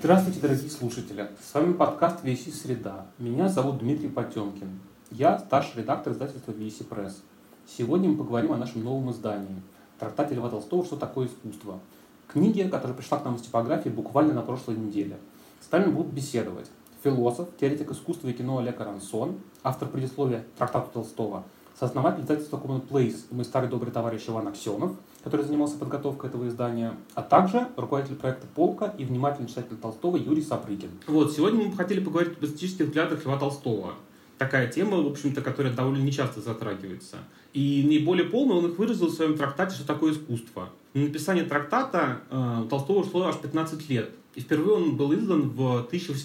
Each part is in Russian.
Здравствуйте, дорогие слушатели! С вами подкаст VSC «Среда». Меня зовут Дмитрий Потемкин. Я старший редактор издательства VSC Press. Сегодня мы поговорим о нашем новом издании – трактате Льва Толстого «Что такое искусство?». Книге, которая пришла к нам из типографии буквально на прошлой неделе. С нами будут беседовать философ, теоретик искусства и кино Олег Арансон, автор предисловия к трактату Толстого, сооснователь издательства Common Place и мой старый добрый товарищ Иван Аксенов, который занимался подготовкой этого издания, а также руководитель проекта «Полка» и внимательный читатель Толстого Юрий Сапрыкин. Сегодня мы хотели поговорить об эстетических взглядах Льва Толстого. Такая тема, в общем-то, которая довольно нечасто затрагивается. И наиболее полно он их выразил в своем трактате «Что такое искусство?». На написание трактата у Толстого ушло аж 15 лет. И впервые он был издан в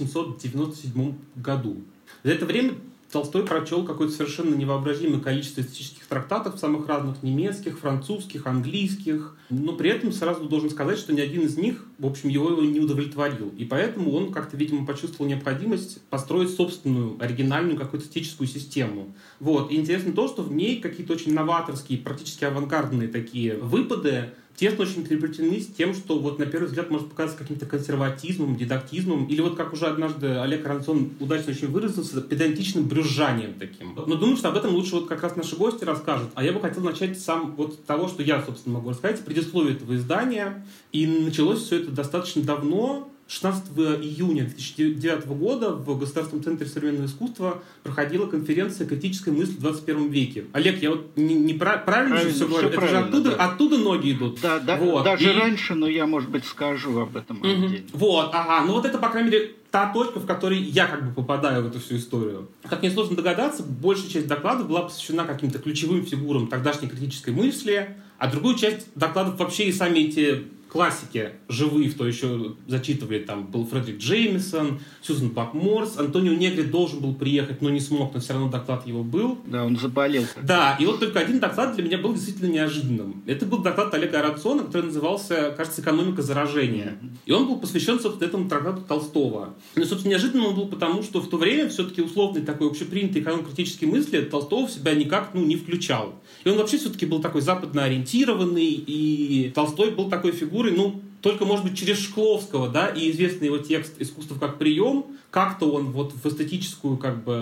1897 году. За это время Толстой прочел какое-то совершенно невообразимое количество эстетических трактатов, самых разных немецких, французских, английских. Но при этом сразу должен сказать, что ни один из них, в общем, его не удовлетворил. И поэтому он как-то, видимо, почувствовал необходимость построить собственную, оригинальную какую-то эстетическую систему. И интересно то, что в ней какие-то очень новаторские, практически авангардные такие выпады тесно очень переплетены с тем, что на первый взгляд может показаться каким-то консерватизмом, дидактизмом, или как уже однажды Олег Арансон удачно очень выразился, педантичным брюзжанием таким. Но думаю, что об этом лучше как раз наши гости расскажут. А я бы хотел начать с того, что я, собственно, могу рассказать, предисловие этого издания. И началось все это достаточно давно. 16 июня 2009 года в Государственном центре современного искусства проходила конференция «Критическая мысль в 21 веке». Олег, я правильно же все говорю? Это же оттуда ноги идут. Да, даже раньше, но я, может быть, скажу об этом отдельно. Это, по крайней мере, та точка, в которой я попадаю в эту всю историю. Как несложно догадаться, большая часть докладов была посвящена каким-то ключевым фигурам тогдашней критической мысли, а другую часть докладов вообще и сами эти классики живые, в то еще зачитывали, там был Фредерик Джеймисон, Сьюзен Бак-Морс, Антонио Негри должен был приехать, но не смог, но все равно доклад его был. Да, он заболел. Да, и только один доклад для меня был действительно неожиданным. Это был доклад Олега Арансона, который назывался, кажется, «Экономика заражения». И он был посвящен, собственно, этому трактату Толстого. Но, собственно, неожиданным он был потому, что в то время все-таки условный такой общепринятый экономико-критический мысли Толстого в себя никак не включал. И он вообще все-таки был такой западно ориентированный, и Толстой был такой фигурой, только, может быть, через Шкловского, да, и известный его текст «Искусство как прием», как-то он в эстетическую,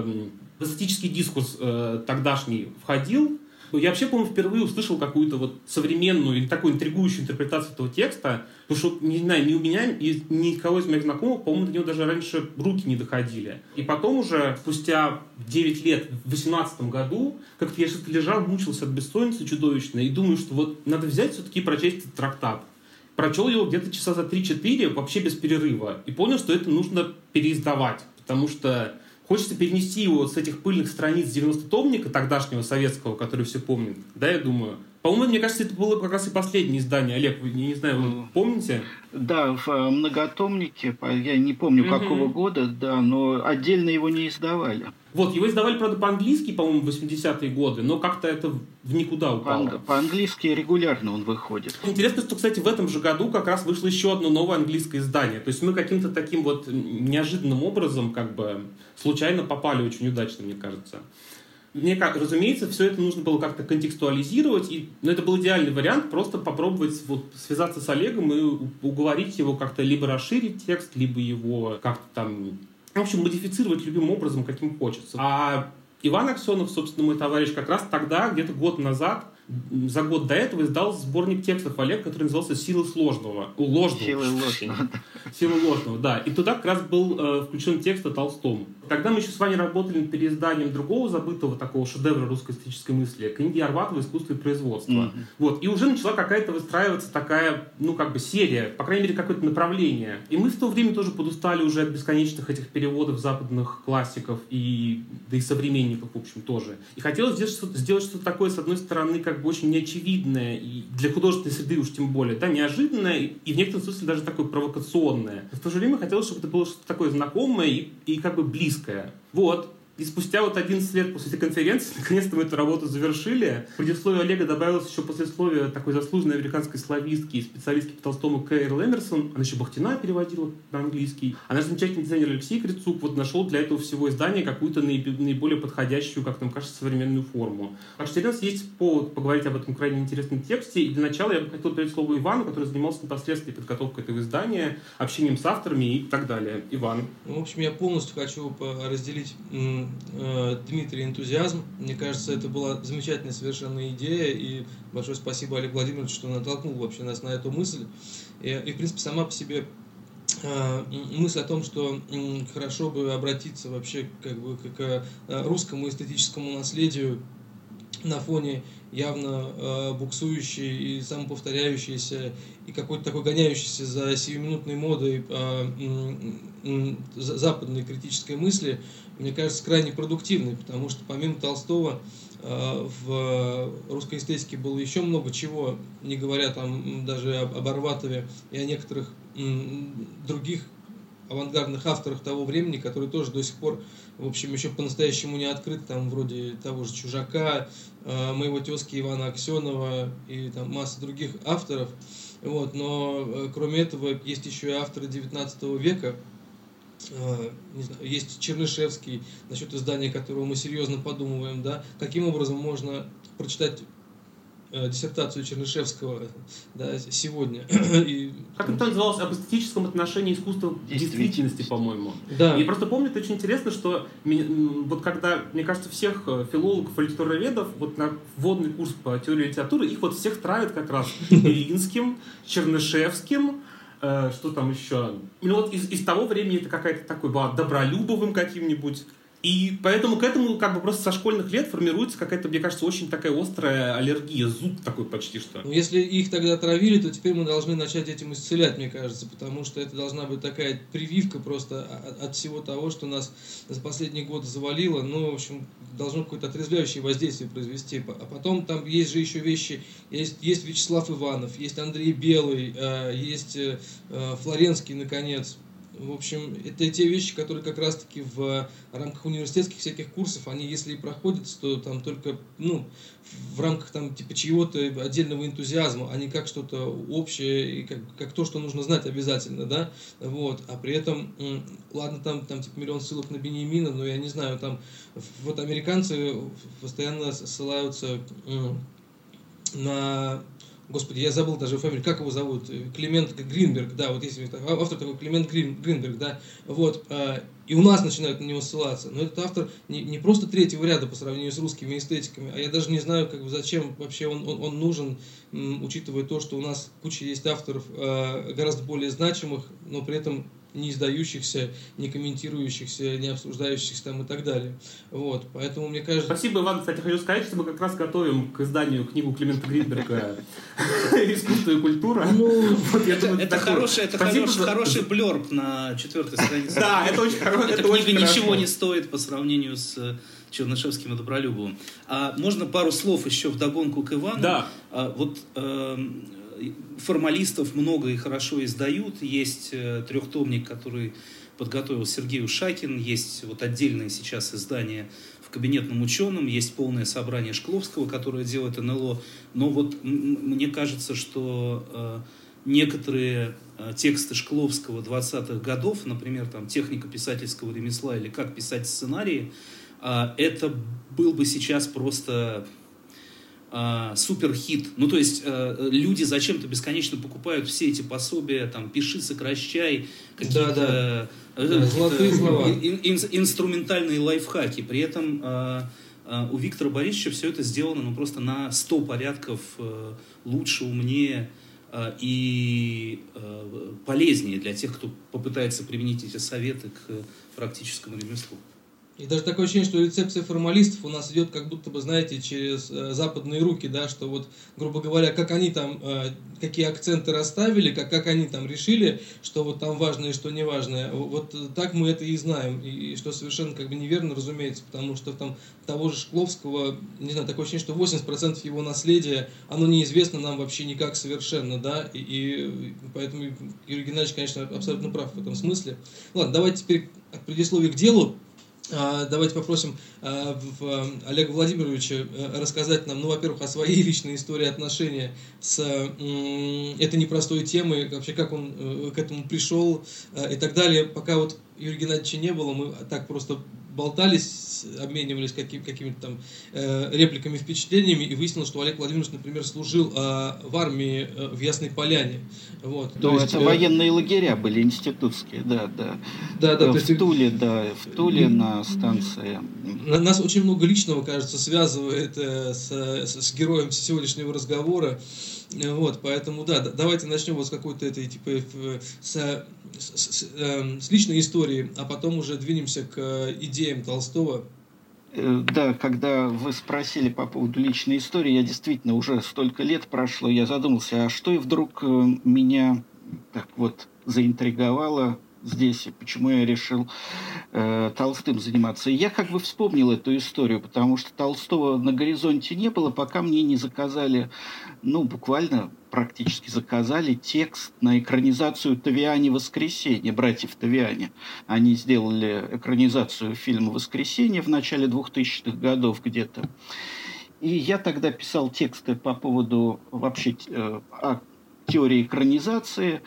в эстетический дискурс тогдашний входил. Я вообще, по-моему, впервые услышал какую-то современную или такую интригующую интерпретацию этого текста, потому что, не знаю, ни у меня, ни у кого из моих знакомых, по-моему, до него даже раньше руки не доходили. И потом уже, спустя 9 лет, в 2018 году, как-то я что-то лежал, мучился от бессонницы чудовищно, и думаю, что надо взять все-таки и прочесть этот трактат. Прочел его где-то часа за 3-4, вообще без перерыва, и понял, что это нужно переиздавать, потому что хочется перенести его с этих пыльных страниц 90-томника тогдашнего советского, который все помнят. Да, я думаю. По-моему, мне кажется, это было как раз и последнее издание. Олег, вы, не знаю, вы помните? Да, в многотомнике, я не помню какого года, да, но отдельно его не издавали. Его издавали, правда, по-английски, по-моему, в 80-е годы, но как-то это в никуда упало. По-английски регулярно он выходит. Интересно, что, кстати, в этом же году как раз вышло еще одно новое английское издание. То есть мы каким-то таким неожиданным образом случайно попали, очень удачно, мне кажется. Разумеется, все это нужно было как-то контекстуализировать, но это был идеальный вариант просто попробовать связаться с Олегом и уговорить его как-то либо расширить текст, либо его как-то в общем, модифицировать любым образом, каким хочется. А Иван Аксенов, собственно, мой товарищ, как раз тогда, где-то год назад, за год до этого издал сборник текстов Олег, который назывался «Силы сложного». Силы ложного, да. И туда как раз был включен текст о Толстом. Тогда мы еще с вами работали над переизданием другого забытого такого шедевра русской эстетической мысли, книги Арбатова «Искусство и производство». И уже начала какая-то выстраиваться такая, серия, по крайней мере, какое-то направление. И мы в то время тоже подустали уже от бесконечных этих переводов западных классиков да и современников, в общем, тоже. И хотелось сделать что-то такое, с одной стороны, очень неочевидное, и для художественной среды уж тем более, да, неожиданное, и в некотором смысле даже такое провокационное. В то же время хотелось, чтобы это было что-то такое знакомое и близкое. И спустя вот 11 лет после этой конференции, наконец-то мы эту работу завершили. В предисловии Олега добавилось еще послесловие такой заслуженной американской славистки и специалистки по Толстому Кейрл Эмерсон. Она еще Бахтина переводила на английский. А наш замечательный дизайнер Алексей Крицук вот нашел для этого всего издания какую-то наиболее подходящую, как нам кажется, современную форму. Так что теперь у нас есть повод поговорить об этом крайне интересном тексте. И для начала я бы хотел передать слово Ивану, который занимался непосредственной подготовкой этого издания, общением с авторами и так далее. Иван. В общем, я полностью хочу разделить Дмитрия энтузиазм. Мне кажется, это была замечательная совершенно идея, и большое спасибо Олегу Владимировичу, что натолкнул вообще нас на эту мысль. И в принципе, сама по себе мысль о том, что хорошо бы обратиться вообще как бы к русскому эстетическому наследию на фоне явно буксующей и самоповторяющейся и какой-то такой гоняющейся за сиюминутной модой западной критической мысли, мне кажется, крайне продуктивной, потому что помимо Толстого в русской эстетике было еще много чего, не говоря там даже об Арбатове и о некоторых других авангардных авторах того времени, которые тоже до сих пор, в общем, еще по-настоящему не открыты, там вроде того же Чужака, моего тезки Ивана Аксенова и там масса других авторов. Вот, но кроме этого есть еще и авторы XIX века. Не знаю, есть Чернышевский, насчет издания которого мы серьезно подумываем, да, каким образом можно прочитать диссертацию Чернышевского, да, сегодня. И, как это называлось? Об эстетическом отношении искусства к действительности, по-моему. Да. И просто помню, это очень интересно, что вот когда, мне кажется, всех филологов и литературоведов вот на вводный курс по теории литературы, их вот всех травят как раз Ильинским, Чернышевским, что там еще? Ну вот из того времени это какая-то такой была Добролюбовым каким-нибудь. И поэтому к этому как бы просто со школьных лет формируется какая-то, мне кажется, очень такая острая аллергия, зуб такой почти что. Ну, если их тогда травили, то теперь мы должны начать этим исцелять, мне кажется, потому что это должна быть такая прививка просто от всего того, что нас за последний год завалило. Ну, в общем, должно какое-то отрезвляющее воздействие произвести. А потом там есть же еще вещи, есть Вячеслав Иванов, есть Андрей Белый, есть Флоренский, наконец. В общем, это те вещи, которые как раз-таки в рамках университетских всяких курсов, они если и проходятся, то там только, ну, в рамках там типа чего-то отдельного энтузиазма, а не как что-то общее, и как то, что нужно знать обязательно, да, вот, а при этом, ладно, там типа миллион ссылок на Беньямина, но я не знаю, там, вот американцы постоянно ссылаются на... Господи, я забыл даже фамилию, как его зовут? Климент Гринберг, да, вот есть автор такой Климент Гринберг, да, вот, и у нас начинают на него ссылаться, но этот автор не просто третьего ряда по сравнению с русскими эстетиками, а я даже не знаю, как бы, зачем вообще он нужен, учитывая то, что у нас куча есть авторов гораздо более значимых, но при этом не издающихся, не комментирующихся, не обсуждающихся там и так далее. Вот, поэтому мне кажется... Спасибо, Иван. Кстати, хочу сказать, что мы как раз готовим к изданию книгу Климента Гринберга «Искусство и культура». Это хороший блёрб на 4-й странице. Да, это очень хорошо. Эта книга ничего не стоит по сравнению с Чернышевским и Добролюбовым. А можно пару слов еще вдогонку к Ивану? Да. Вот формалистов много и хорошо издают. Есть трехтомник, который подготовил Сергей Ушакин. Есть вот отдельное сейчас издание в «Кабинетном ученом». Есть полное собрание Шкловского, которое делает НЛО. Но вот мне кажется, что некоторые тексты Шкловского 20-х годов, например, там «Техника писательского ремесла» или «Как писать сценарии», это был бы сейчас просто... суперхит. Ну, то есть, люди зачем-то бесконечно покупают все эти пособия, там, пиши, сокращай, какие-то золотые слова. Инструментальные лайфхаки. При этом у Виктора Борисовича все это сделано, ну, просто на 100 порядков лучше, умнее и полезнее для тех, кто попытается применить эти советы к практическому ремеслу. И даже такое ощущение, что рецепция формалистов у нас идет как будто бы, знаете, через западные руки, да, что вот, грубо говоря, как они там, какие акценты расставили, как они там решили, что вот там важное и что не важное, вот так мы это и знаем, и что совершенно как бы неверно, разумеется, потому что там того же Шкловского, не знаю, такое ощущение, что 80% его наследия, оно неизвестно нам вообще никак совершенно, да, и поэтому Юрий Геннадьевич, конечно, абсолютно прав в этом смысле. Ладно, давайте теперь от предисловия к делу. Давайте попросим Олега Владимировича рассказать нам, ну, во-первых, о своей личной истории отношения с этой непростой темой, вообще как он к этому пришел и так далее. Пока вот Юрия Геннадьевича не было, мы так просто болтались, обменивались какими-то там репликами, впечатлениями, и выяснилось, что Олег Владимирович, например, служил в армии в Ясной Поляне. Вот, То есть, это военные лагеря были институтские, да. В Туле на станции. Нас очень много личного, кажется, связывает с героем сегодняшнего разговора. Вот, поэтому, да, давайте начнем вот с какой-то этой, типа, с личной истории, а потом уже двинемся к идеям Толстого. Да, когда вы спросили по поводу личной истории, я действительно уже столько лет прошло, я задумался, а что и вдруг меня так вот заинтриговало здесь, и почему я решил Толстым заниматься. И я как бы вспомнил эту историю, потому что Толстого на горизонте не было, пока мне не заказали, ну, буквально практически заказали текст на экранизацию «Тавиане. Воскресенье», братьев Тавиане. Они сделали экранизацию фильма «Воскресенье» в начале 2000-х годов где-то. И я тогда писал тексты по поводу вообще теории экранизации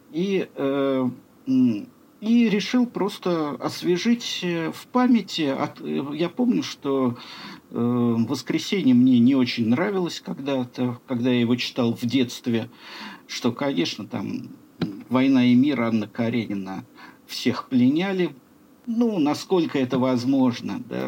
и решил просто освежить в памяти. Я помню, что «Воскресенье» мне не очень нравилось когда-то, когда я его читал в детстве, что, конечно, там «Война и мир», Анна Каренина всех пленяли, ну, насколько это возможно, да,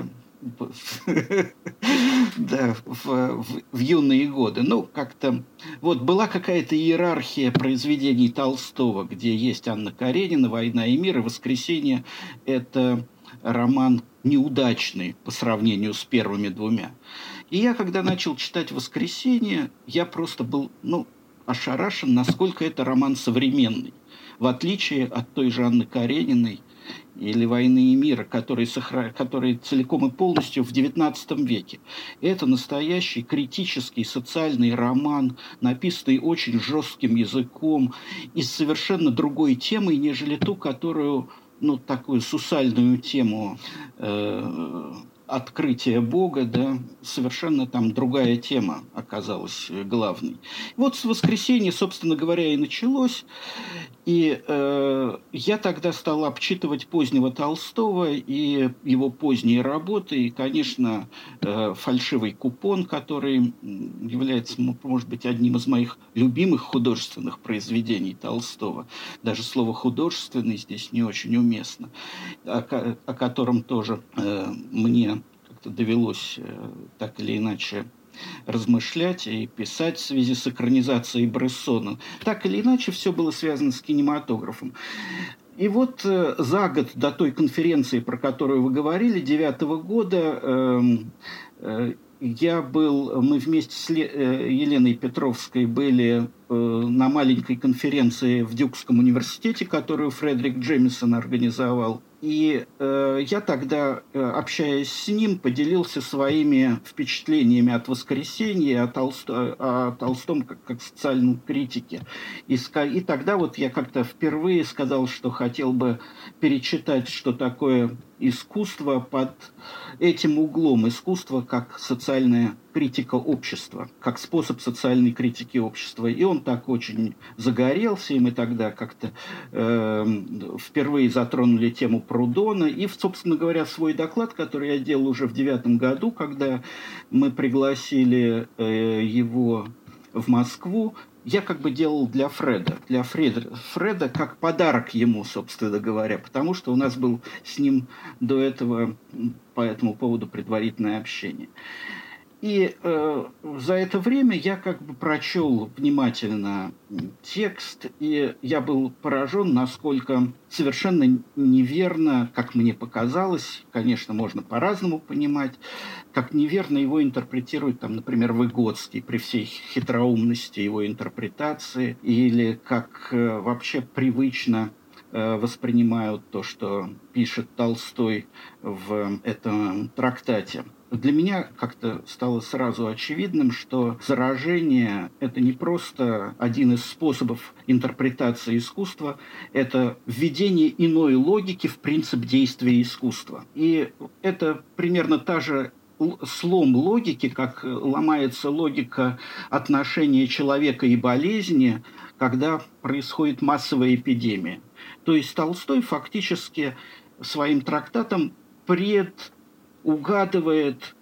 да, в юные годы. Ну, как-то... Вот была какая-то иерархия произведений Толстого, где есть Анна Каренина, «Война и мир», и «Воскресенье» — это роман неудачный по сравнению с первыми двумя. И я, когда начал читать «Воскресенье», я просто был, ну, ошарашен, насколько это роман современный. В отличие от той же Анны Карениной или «Войны и мира», которые целиком и полностью в XIX веке. Это настоящий критический социальный роман, написанный очень жестким языком и с совершенно другой темой, нежели ту, которую, ну, такую сусальную тему открытия Бога, да, совершенно там другая тема оказалась главной. Вот с «Воскресенья», собственно говоря, и началось. И я тогда стал обчитывать позднего Толстого и его поздние работы. И, конечно, «Фальшивый купон», который является, может быть, одним из моих любимых художественных произведений Толстого. Даже слово «художественный» здесь не очень уместно, о котором тоже мне как-то довелось так или иначе размышлять и писать в связи с экранизацией Брессона. Так или иначе, все было связано с кинематографом. И вот за год до той конференции, про которую вы говорили, 2009 года, мы вместе с Еленой Петровской были на маленькой конференции в Дюкском университете, которую Фредерик Джемисон организовал. И я тогда, общаясь с ним, поделился своими впечатлениями от «Воскресенья», о Толстом как социальном критике. И тогда вот я как-то впервые сказал, что хотел бы перечитать, что такое искусство под этим углом. Искусство как социальная критика общества, как способ социальной критики общества. И он так очень загорелся, и мы тогда как-то впервые затронули тему Прудона. И, собственно говоря, свой доклад, который я делал уже в 2009 году, когда мы пригласили его в Москву, я как бы делал для Фреда как подарок ему, собственно говоря, потому что у нас был с ним до этого по этому поводу предварительное общение. И за это время я как бы прочел внимательно текст, и я был поражен, насколько совершенно неверно, как мне показалось, конечно, можно по-разному понимать, как неверно его интерпретирует, там, например, Выгодский при всей хитроумности его интерпретации, или как вообще привычно воспринимают то, что пишет Толстой в этом трактате. для меня как-то стало сразу очевидным, что заражение – это не просто один из способов интерпретации искусства, это введение иной логики в принцип действия искусства. И это примерно та же слом логики, как ломается логика отношения человека и болезни, когда происходит массовая эпидемия. То есть Толстой фактически своим трактатом предугадывает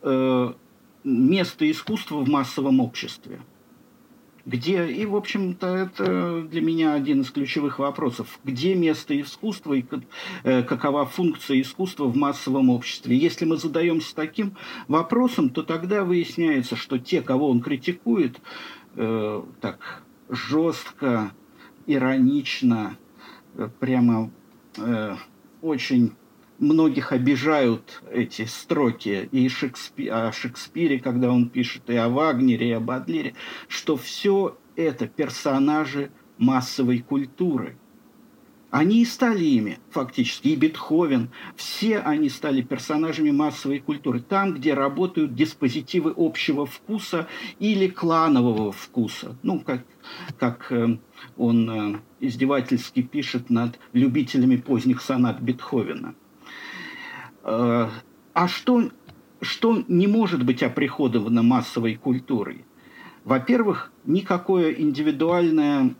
место искусства в массовом обществе. Где, и, в общем-то, это для меня один из ключевых вопросов. Где место искусства и какова функция искусства в массовом обществе? Если мы задаемся таким вопросом, то тогда выясняется, что те, кого он критикует, так жестко, иронично, прямо очень многих обижают эти строки и о Шекспире, когда он пишет, и о Вагнере, и о Бодлере, что все это персонажи массовой культуры. Они и стали ими, фактически, и Бетховен, все они стали персонажами массовой культуры. Там, где работают диспозитивы общего вкуса или кланового вкуса. Ну, как он издевательски пишет над любителями поздних сонат Бетховена. А что не может быть оприходовано массовой культурой? Во-первых, никакое индивидуальное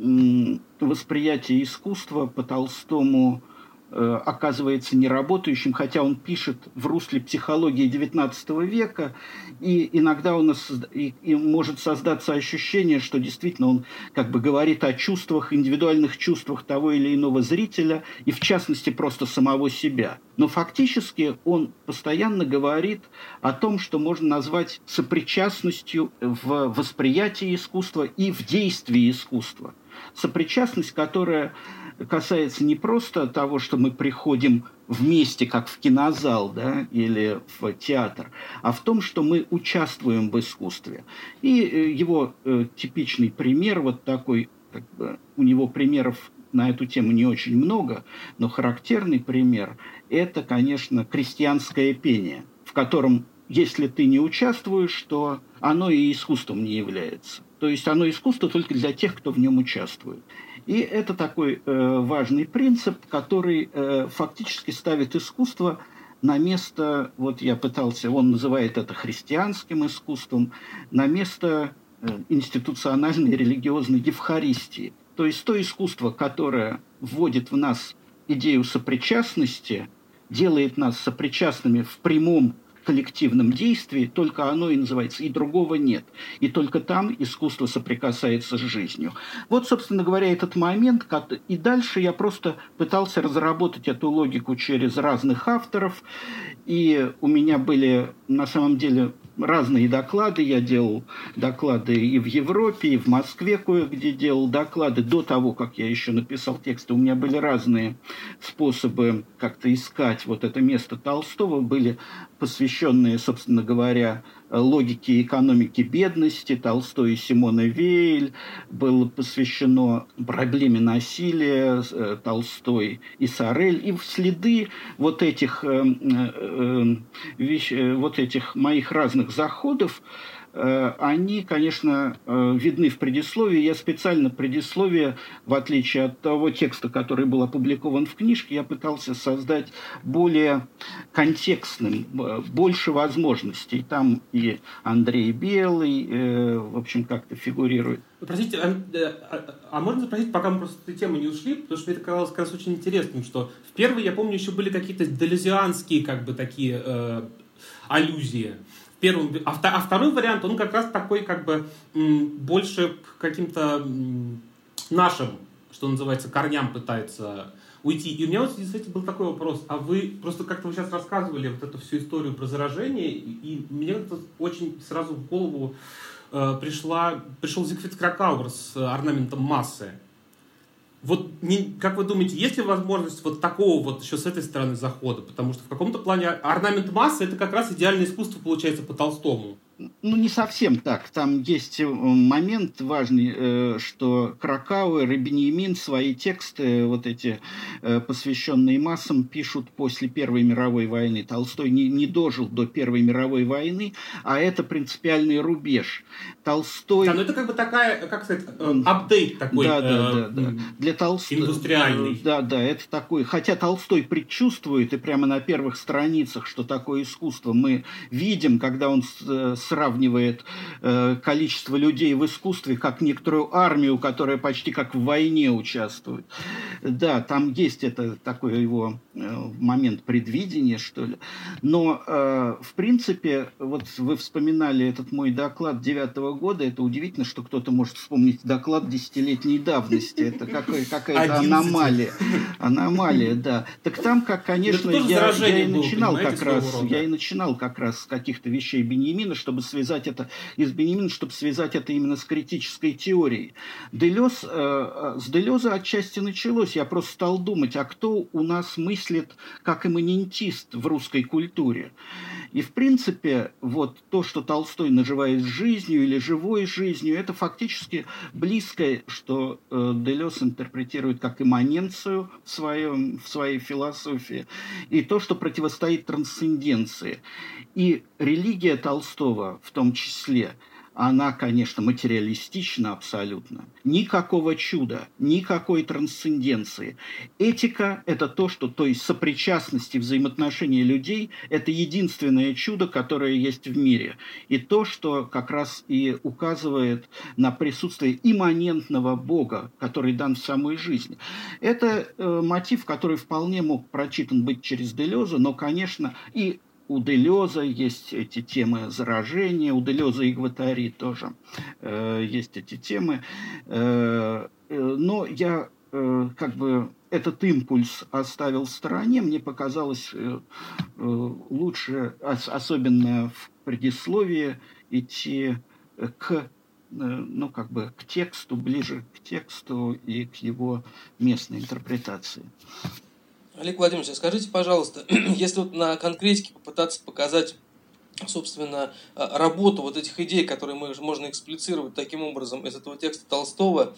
восприятие искусства по Толстому оказывается неработающим, хотя он пишет в русле психологии XIX века, и иногда у нас и может создаться ощущение, что действительно он как бы говорит о чувствах, индивидуальных чувствах того или иного зрителя, и в частности просто самого себя. Но фактически он постоянно говорит о том, что можно назвать сопричастностью в восприятии искусства и в действии искусства. Сопричастность, которая касается не просто того, что мы приходим вместе, как в кинозал, да, или в театр, а в том, что мы участвуем в искусстве. И его типичный пример, вот такой, как бы, у него примеров на эту тему не очень много, но характерный пример – это, конечно, крестьянское пение, в котором, если ты не участвуешь, то оно и искусством не является. То есть оно искусство только для тех, кто в нем участвует. И это такой важный принцип, который фактически ставит искусство на место, вот я пытался, он называет это христианским искусством, на место институциональной религиозной евхаристии. То есть то искусство, которое вводит в нас идею сопричастности, делает нас сопричастными в прямом коллективном действии, только оно и называется, и другого нет. И только там искусство соприкасается с жизнью. Вот, собственно говоря, этот момент. И дальше я просто пытался разработать эту логику через разных авторов. И у меня были, на самом деле, разные доклады. Я делал доклады и в Европе, и в Москве кое-где делал доклады. До того, как я еще написал тексты, у меня были разные способы как-то искать вот это место Толстого. Были посвященные, собственно говоря, логике экономики бедности, Толстой и Симона Вейль, было посвящено проблеме насилия, Толстой и Сорель, и следы вот этих моих разных заходов, они, конечно, видны в предисловии. Я специально предисловие, в отличие от того текста, который был опубликован в книжке, я пытался создать более контекстным, больше возможностей. Там и Андрей Белый, в общем, как-то фигурирует. Простите, а можно спросить, пока мы просто эту тему не ушли, потому что мне это казалось как раз очень интересным, что в первый, я помню, еще были какие-то делезианские, как бы, такие аллюзии. А второй вариант, он как раз такой, как бы, больше к каким-то нашим, что называется, корням пытается уйти. И у меня вот, кстати, был такой вопрос. А вы просто как-то вы сейчас рассказывали вот эту всю историю про заражение, и мне это очень сразу в голову пришел Зигфрид Кракауэр с орнаментом массы. Вот как вы думаете, есть ли возможность вот такого вот еще с этой стороны захода? Потому что в каком-то плане орнамент массы — это как раз идеальное искусство получается по Толстому. Ну, не совсем так. Там есть момент важный, что Кракауэр и Беньямин свои тексты, вот эти посвященные массам, пишут после Первой мировой войны. Толстой не дожил до Первой мировой войны, а это принципиальный рубеж. Толстой... Да, но это как бы такая, как сказать, апдейт такой Да. Для индустриальный. Да, это такой. Хотя Толстой предчувствует, и прямо на первых страницах, что такое искусство, мы видим, когда он сравнивает количество людей в искусстве как некоторую армию, которая почти как в войне участвует. Да, там есть это такой его момент предвидения, что ли. Но, в принципе, вот вы вспоминали этот мой доклад 2009 года. Это удивительно, что кто-то может вспомнить доклад десятилетней давности. Это какая-то аномалия. Аномалия, да. Так там, как, конечно, я и начинал как раз с каких-то вещей Беньямина, чтобы связать это именно с критической теорией. С Делеза отчасти началось. Я просто стал думать, а кто у нас мыслит как имманентист в русской культуре? И, в принципе, вот то, что Толстой называет жизнью или живой жизнью, это фактически близкое, что Делез интерпретирует как имманенцию в своей философии, и то, что противостоит трансценденции. И религия Толстого в том числе, она, конечно, материалистична абсолютно. Никакого чуда, никакой трансценденции. Этика – это то есть сопричастность и взаимоотношения людей – это единственное чудо, которое есть в мире. И то, что как раз и указывает на присутствие имманентного Бога, который дан в самой жизни. Это мотив, который вполне мог прочитан быть через Делеза, но, конечно, и у Делеза есть эти темы заражения, у Делеза и Гваттари тоже есть эти темы. Но я этот импульс оставил в стороне. Мне показалось лучше, особенно в предисловии, идти к тексту, ближе к тексту и к его местной интерпретации. Олег Владимирович, скажите, пожалуйста, если вот на конкретике попытаться показать, собственно, работу вот этих идей, которые можно эксплицировать таким образом из этого текста Толстого,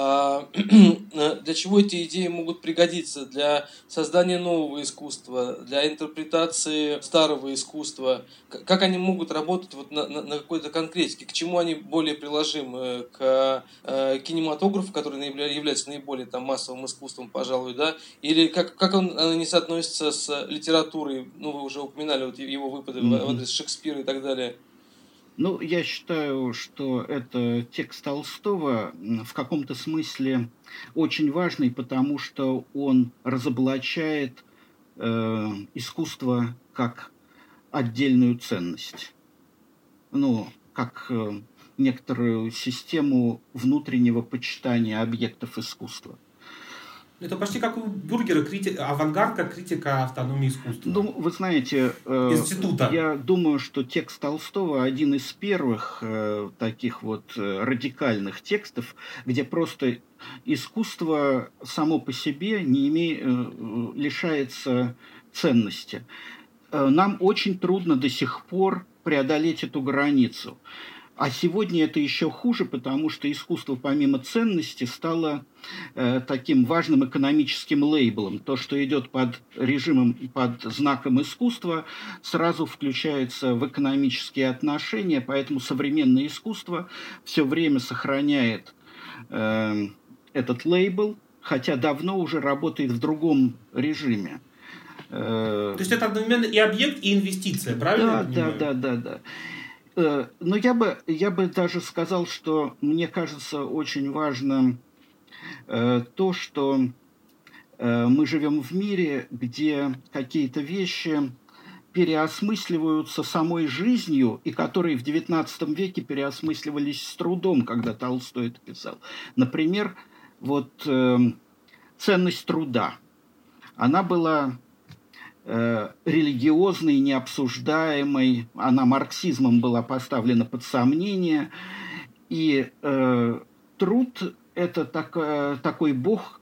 для чего эти идеи могут пригодиться? Для создания нового искусства, для интерпретации старого искусства? Как они могут работать вот на какой-то конкретике? К чему они более приложимы? К кинематографу, который является наиболее массовым искусством, пожалуй, да? Или как они соотносятся с литературой? Ну, вы уже упоминали вот его выпады в адрес Шекспира и так далее. Ну, я считаю, что это текст Толстого в каком-то смысле очень важный, потому что он разоблачает искусство как отдельную ценность. Ну, как некоторую систему внутреннего почитания объектов искусства. Это почти как у Бюргера авангард как критика автономии искусства. Ну, вы знаете, института. Я думаю, что текст Толстого один из первых таких вот радикальных текстов, где просто искусство само по себе лишается ценности. Нам очень трудно до сих пор преодолеть эту границу. А сегодня это еще хуже, потому что искусство помимо ценности стало таким важным экономическим лейблом. То, что идет под режимом, под знаком искусства, сразу включается в экономические отношения, поэтому современное искусство все время сохраняет этот лейбл, хотя давно уже работает в другом режиме. То есть это одновременно и объект, и инвестиция, правильно? Да. Но я бы даже сказал, что мне кажется очень важно то, что мы живем в мире, где какие-то вещи переосмысливаются самой жизнью, и которые в XIX веке переосмысливались с трудом, когда Толстой это писал. Например, вот ценность труда. Она была религиозной, необсуждаемой, она марксизмом была поставлена под сомнение, и труд – это такой бог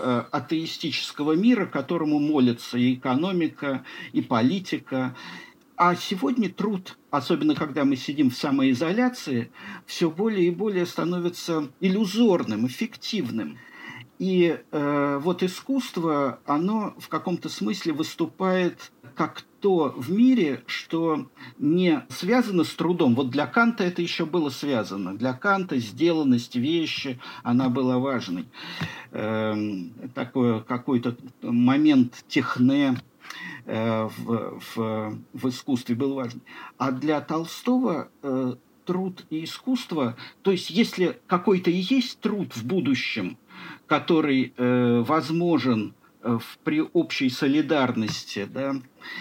атеистического мира, которому молятся и экономика, и политика. А сегодня труд, особенно когда мы сидим в самоизоляции, все более и более становится иллюзорным, эффективным. И вот искусство, оно в каком-то смысле выступает как то в мире, что не связано с трудом. Вот для Канта это еще было связано. Для Канта сделанность вещи, она была важной. Такой какой-то момент техне в искусстве был важен. А для Толстого труд и искусство, то есть если какой-то и есть труд в будущем, который возможен при общей солидарности, да,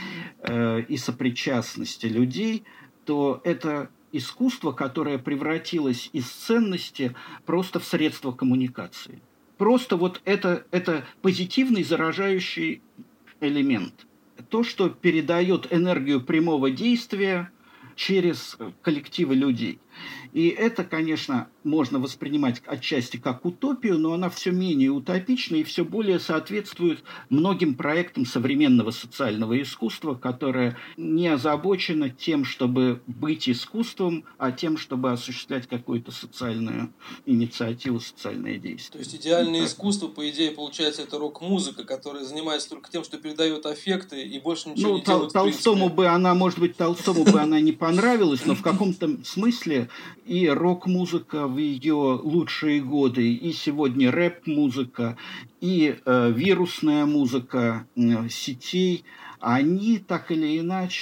и сопричастности людей, то это искусство, которое превратилось из ценности просто в средство коммуникации. Просто вот это позитивный заражающий элемент. То, что передает энергию прямого действия через коллективы людей. И это, конечно, можно воспринимать отчасти как утопию, но она все менее утопична и все более соответствует многим проектам современного социального искусства, которое не озабочено тем, чтобы быть искусством, а тем, чтобы осуществлять какую-то социальную инициативу, социальное действие. То есть идеальное искусство, по идее, получается, это рок-музыка, которая занимается только тем, что передает аффекты и больше ничего не делает. Толстому бы она, может быть, Толстому бы она не понравилась, но в каком-то смысле и рок-музыка в ее лучшие годы, и сегодня рэп-музыка, и вирусная музыка сетей, они так или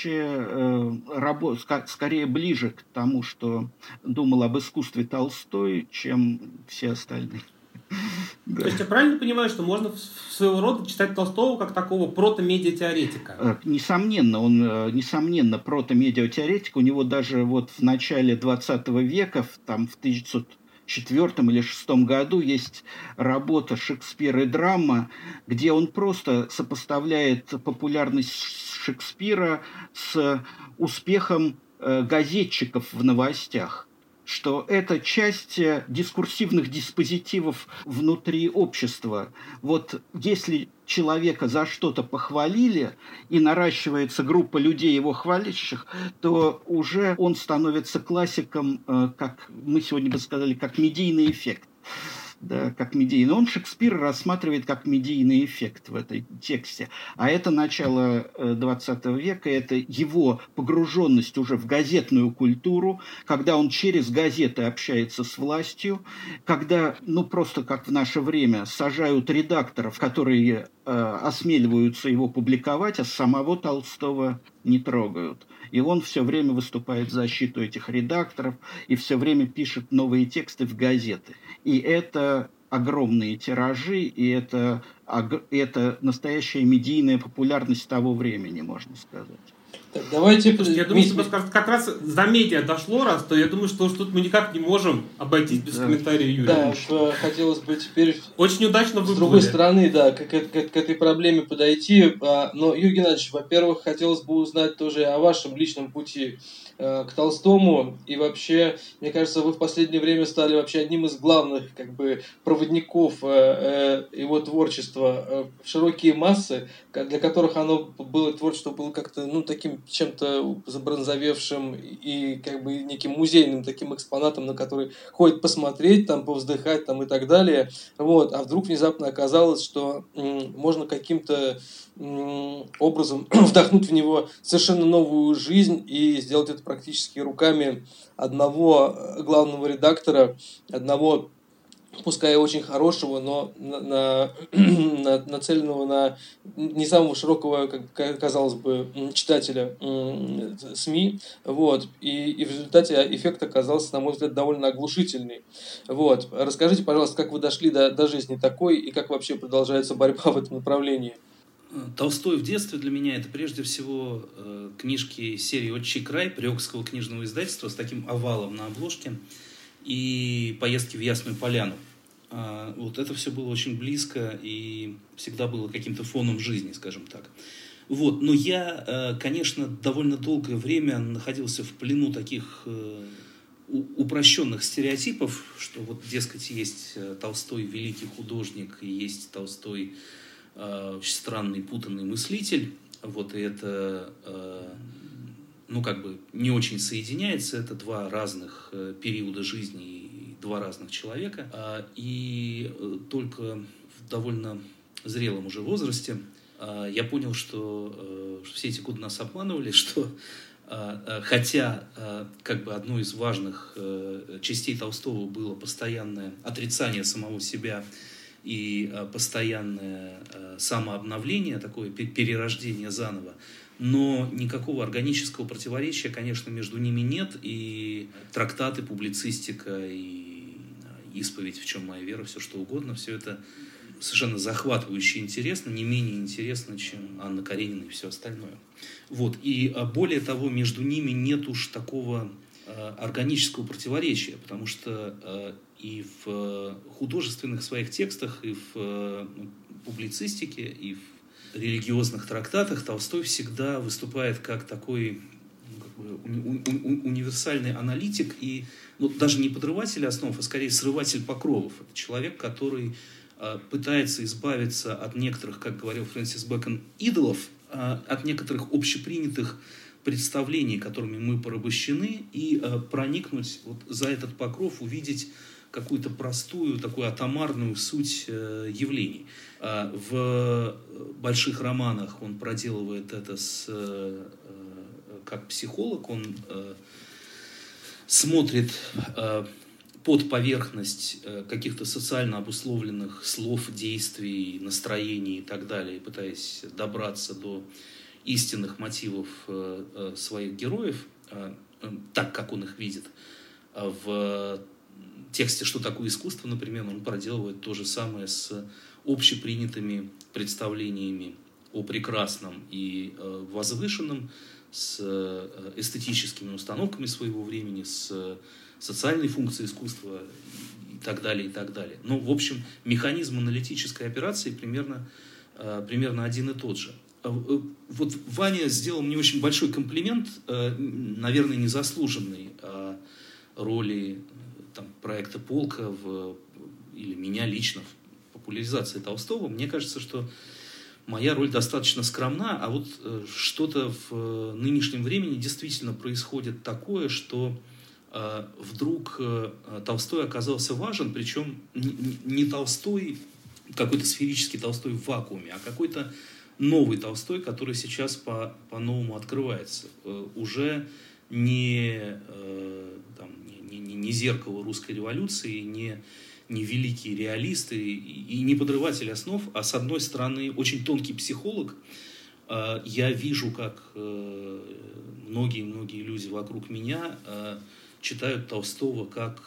иначе скорее ближе к тому, что думал об искусстве Толстой, чем все остальные. То есть я правильно понимаю, что можно своего рода читать Толстого как такого протомедиатеоретика? Несомненно, он, несомненно, протомедиатеоретик. У него даже вот в начале 20 века, там в 1904 или 1906 году есть работа «Шекспир и драма», где он просто сопоставляет популярность Шекспира с успехом газетчиков в новостях, что это часть дискурсивных диспозитивов внутри общества. Вот если человека за что-то похвалили, и наращивается группа людей, его хвалящих, то уже он становится классиком, как мы сегодня бы сказали, как медийный эффект. Да, как медийный. Он Шекспира рассматривает как медийный эффект в этой тексте. А это начало 20 века, это его погруженность уже в газетную культуру, когда он через газеты общается с властью, когда, просто как в наше время, сажают редакторов, которые осмеливаются его публиковать, а самого Толстого не трогают. И он все время выступает в защиту этих редакторов и все время пишет новые тексты в газеты. И это огромные тиражи, и это настоящая медийная популярность того времени, можно сказать. Так, давайте... Я думаю, что как раз за медиа дошло раз, то я думаю, что тут мы никак не можем обойтись без комментария Юрия. Да, хотелось бы теперь... Очень удачно выбрали. С другой стороны, да, к этой проблеме подойти. Но, Юрий Геннадьевич, во-первых, хотелось бы узнать тоже о вашем личном пути к Толстому. И вообще, мне кажется, вы в последнее время стали вообще одним из главных проводников его творчества в широкие массы, для которых творчество было как-то, таким чем-то забронзовевшим и неким музейным таким экспонатом, на который ходит посмотреть, повздыхать и так далее. Вот. А вдруг внезапно оказалось, что можно каким-то образом вдохнуть в него совершенно новую жизнь и сделать это практически руками одного главного редактора, одного, пускай очень хорошего, но нацеленного на не самого широкого, как казалось бы, читателя СМИ. Вот. И в результате эффект оказался, на мой взгляд, довольно оглушительный. Вот. Расскажите, пожалуйста, как вы дошли до жизни такой и как вообще продолжается борьба в этом направлении? Толстой в детстве для меня это прежде всего книжки серии «Отчий край» Приокского книжного издательства с таким овалом на обложке и поездки в Ясную Поляну. Вот это все было очень близко и всегда было каким-то фоном жизни, скажем так. Вот. Но я, конечно, довольно долгое время находился в плену таких упрощенных стереотипов, что вот, дескать, есть Толстой великий художник и есть Толстой очень странный, путанный мыслитель. Вот, и это не очень соединяется. Это два разных периода жизни и два разных человека. И только в довольно зрелом уже возрасте я понял, что все эти годы нас обманывали, что хотя одной из важных частей Толстого было постоянное отрицание самого себя и постоянное самообновление, такое перерождение заново, но никакого органического противоречия, конечно, между ними нет, и трактаты, публицистика, и исповедь «В чем моя вера», все что угодно, все это совершенно захватывающе интересно, не менее интересно, чем Анна Каренина и все остальное. И более того, между ними нет уж такого органического противоречия, потому что и в художественных своих текстах, и в публицистике, и в религиозных трактатах Толстой всегда выступает как такой универсальный аналитик и даже не подрыватель основ, а скорее срыватель покровов. Это человек, который пытается избавиться от некоторых, как говорил Фрэнсис Бэкон, идолов, от некоторых общепринятых представлений, которыми мы порабощены, и проникнуть за этот покров, увидеть какую-то простую, такую атомарную суть явлений. В больших романах он проделывает это как психолог, он смотрит под поверхность каких-то социально обусловленных слов, действий, настроений и так далее, пытаясь добраться до истинных мотивов своих героев, так, как он их видит. В тексте «Что такое искусство», например, он проделывает то же самое с общепринятыми представлениями о прекрасном и возвышенном, с эстетическими установками своего времени, с социальной функцией искусства и так далее, и так далее. Но, в общем, механизм аналитической операции примерно один и тот же. Ваня сделал мне очень большой комплимент, наверное, незаслуженный, о роли проекта «Полка» или меня лично в популяризации Толстого. Мне кажется, что моя роль достаточно скромна, а что-то в нынешнем времени действительно происходит такое, что вдруг Толстой оказался важен, причем не Толстой, какой-то сферический Толстой в вакууме, а какой-то новый Толстой, который сейчас по-новому открывается. Уже не зеркало русской революции, не великие реалисты и не подрыватель основ, а с одной стороны очень тонкий психолог. Я вижу, как многие люди вокруг меня читают Толстого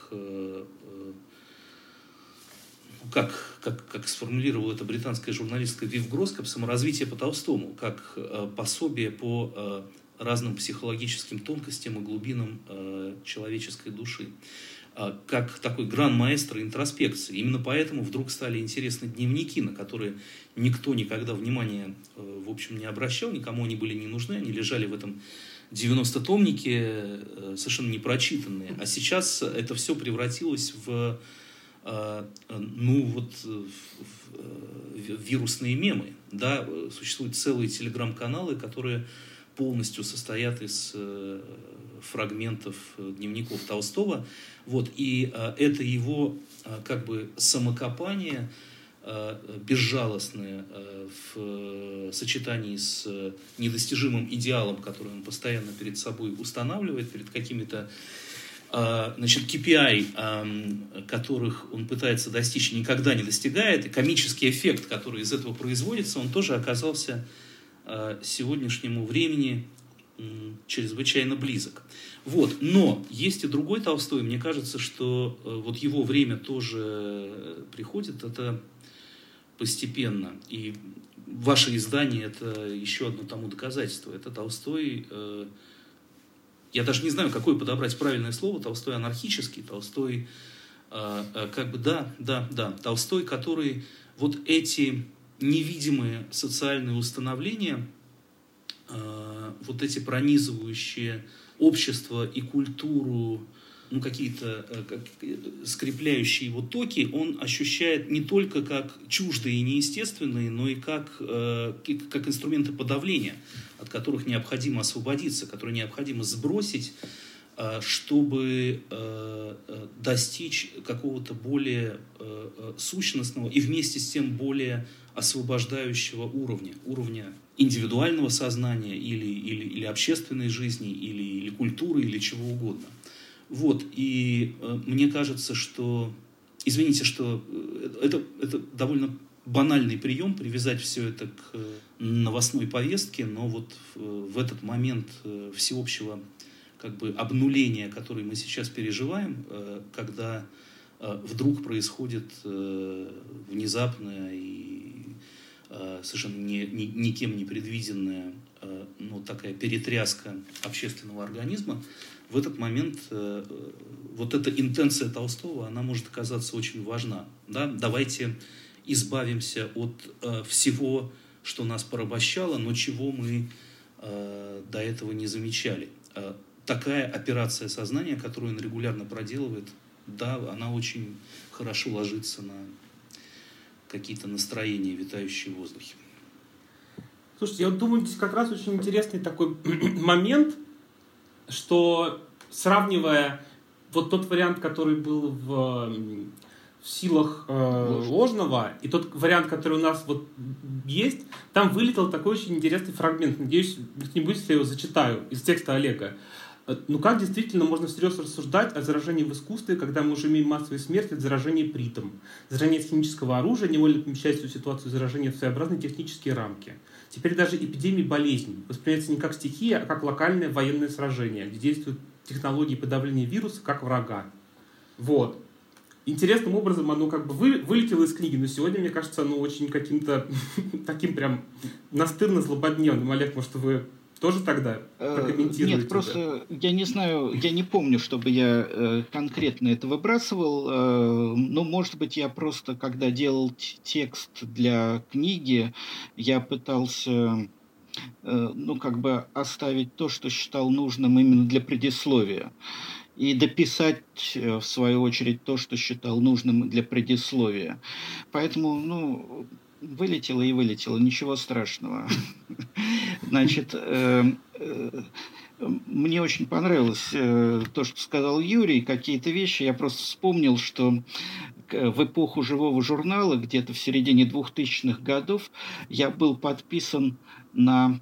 как сформулировала это британская журналистка Вив Гроскоп, саморазвитие по Толстому, как пособие по разным психологическим тонкостям и глубинам человеческой души, как такой гран-маэстро интроспекции. Именно поэтому вдруг стали интересны дневники, на которые никто никогда внимания, в общем, не обращал, никому они были не нужны, они лежали в этом 90-томнике, совершенно непрочитанные. А сейчас это все превратилось в вирусные мемы. Да, существуют целые телеграм-каналы, которые полностью состоят из фрагментов дневников Толстого. И это его самокопание безжалостное в сочетании с недостижимым идеалом, который он постоянно перед собой устанавливает, перед какими-то KPI, которых он пытается достичь, никогда не достигает, и комический эффект, который из этого производится, он тоже оказался сегодняшнему времени чрезвычайно близок. Но есть и другой Толстой. Мне кажется, что его время тоже приходит, это постепенно. И ваше издание – это еще одно тому доказательство. Это Толстой, я даже не знаю, какое подобрать правильное слово, Толстой анархический, Толстой, Толстой, который эти невидимые социальные установления, эти пронизывающие общество и культуру, какие-то скрепляющие его токи, он ощущает не только как чуждые и неестественные, но и как инструменты подавления, от которых необходимо освободиться, которые необходимо сбросить, чтобы достичь какого-то более сущностного и вместе с тем более освобождающего уровня индивидуального сознания или общественной жизни, или культуры, или чего угодно. Вот, и мне кажется, что, извините, что это довольно банальный прием, привязать все это к новостной повестке, но вот в этот момент всеобщего обнуления, который мы сейчас переживаем, когда вдруг происходит внезапная и совершенно никем не предвиденная такая перетряска общественного организма, в этот момент вот эта интенция Толстого, она может оказаться очень важна. Да? Давайте избавимся от всего, что нас порабощало, но чего мы до этого не замечали. Такая операция сознания, которую он регулярно проделывает, да, она очень хорошо ложится на какие-то настроения, витающие в воздухе. Слушайте, я вот думаю, здесь как раз очень интересный такой момент, что сравнивая вот тот вариант, который был в силах Ложного, и тот вариант, который у нас вот есть, там вылетел такой очень интересный фрагмент. Надеюсь, как-нибудь я его зачитаю из текста Олега. Ну как действительно можно всерьез рассуждать о заражении в искусстве, когда мы уже имеем массовую смерть от заражения притом? Заражение от химического оружия невольно помещает всю ситуацию заражения в своеобразные технические рамки. Теперь даже эпидемии болезней воспринимаются не как стихия, а как локальное военное сражение, где действуют технологии подавления вируса как врага. Вот. Интересным образом оно вылетело из книги, но сегодня, мне кажется, оно очень каким-то таким прям настырно-злободневным. Олег, может, вы тоже тогда прокомментируете? Нет, просто я не знаю, я не помню, чтобы я конкретно это выбрасывал, но, может быть, я просто, когда делал текст для книги, я пытался оставить то, что считал нужным именно для предисловия, и дописать, в свою очередь, то, что считал нужным для предисловия. Поэтому, вылетело и вылетело, ничего страшного. Значит, мне очень понравилось то, что сказал Юрий, какие-то вещи. Я просто вспомнил, что в эпоху живого журнала, где-то в середине 2000-х годов, я был подписан на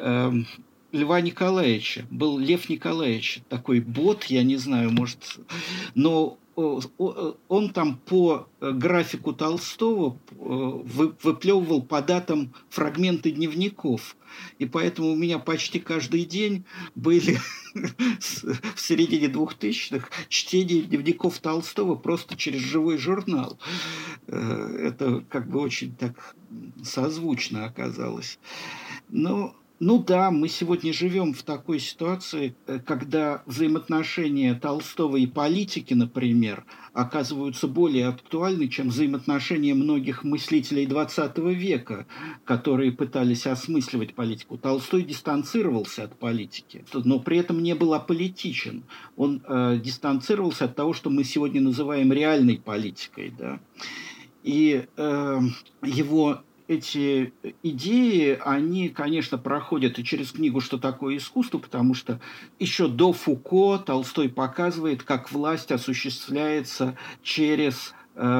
Льва Николаевича. Был Лев Николаевич, такой бот, я не знаю, может... Но он там по графику Толстого выплевывал по датам фрагменты дневников. И поэтому у меня почти каждый день были в середине 2000-х чтение дневников Толстого просто через живой журнал. Это очень так созвучно оказалось. Ну да, мы сегодня живем в такой ситуации, когда взаимоотношения Толстого и политики, например, оказываются более актуальны, чем взаимоотношения многих мыслителей XX века, которые пытались осмысливать политику. Толстой дистанцировался от политики, но при этом не был аполитичен. Он дистанцировался от того, что мы сегодня называем реальной политикой. Да? И его... Эти идеи, они, конечно, проходят и через книгу «Что такое искусство», потому что еще до Фуко Толстой показывает, как власть осуществляется через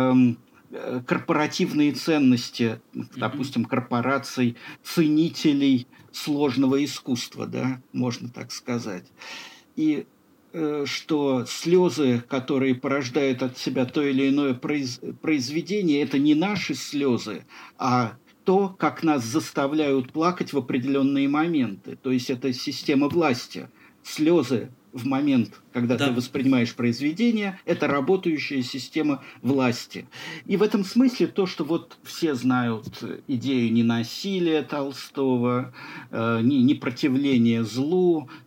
корпоративные ценности, допустим, корпораций, ценителей сложного искусства, да, можно так сказать. И что слезы, которые порождают от себя то или иное произведение, это не наши слезы, а то, как нас заставляют плакать в определенные моменты. То есть это система власти. Слезы в момент, когда ты воспринимаешь произведение, это работающая система власти. И в этом смысле то, что вот все знают идею ненасилия Толстого, непротивления злу,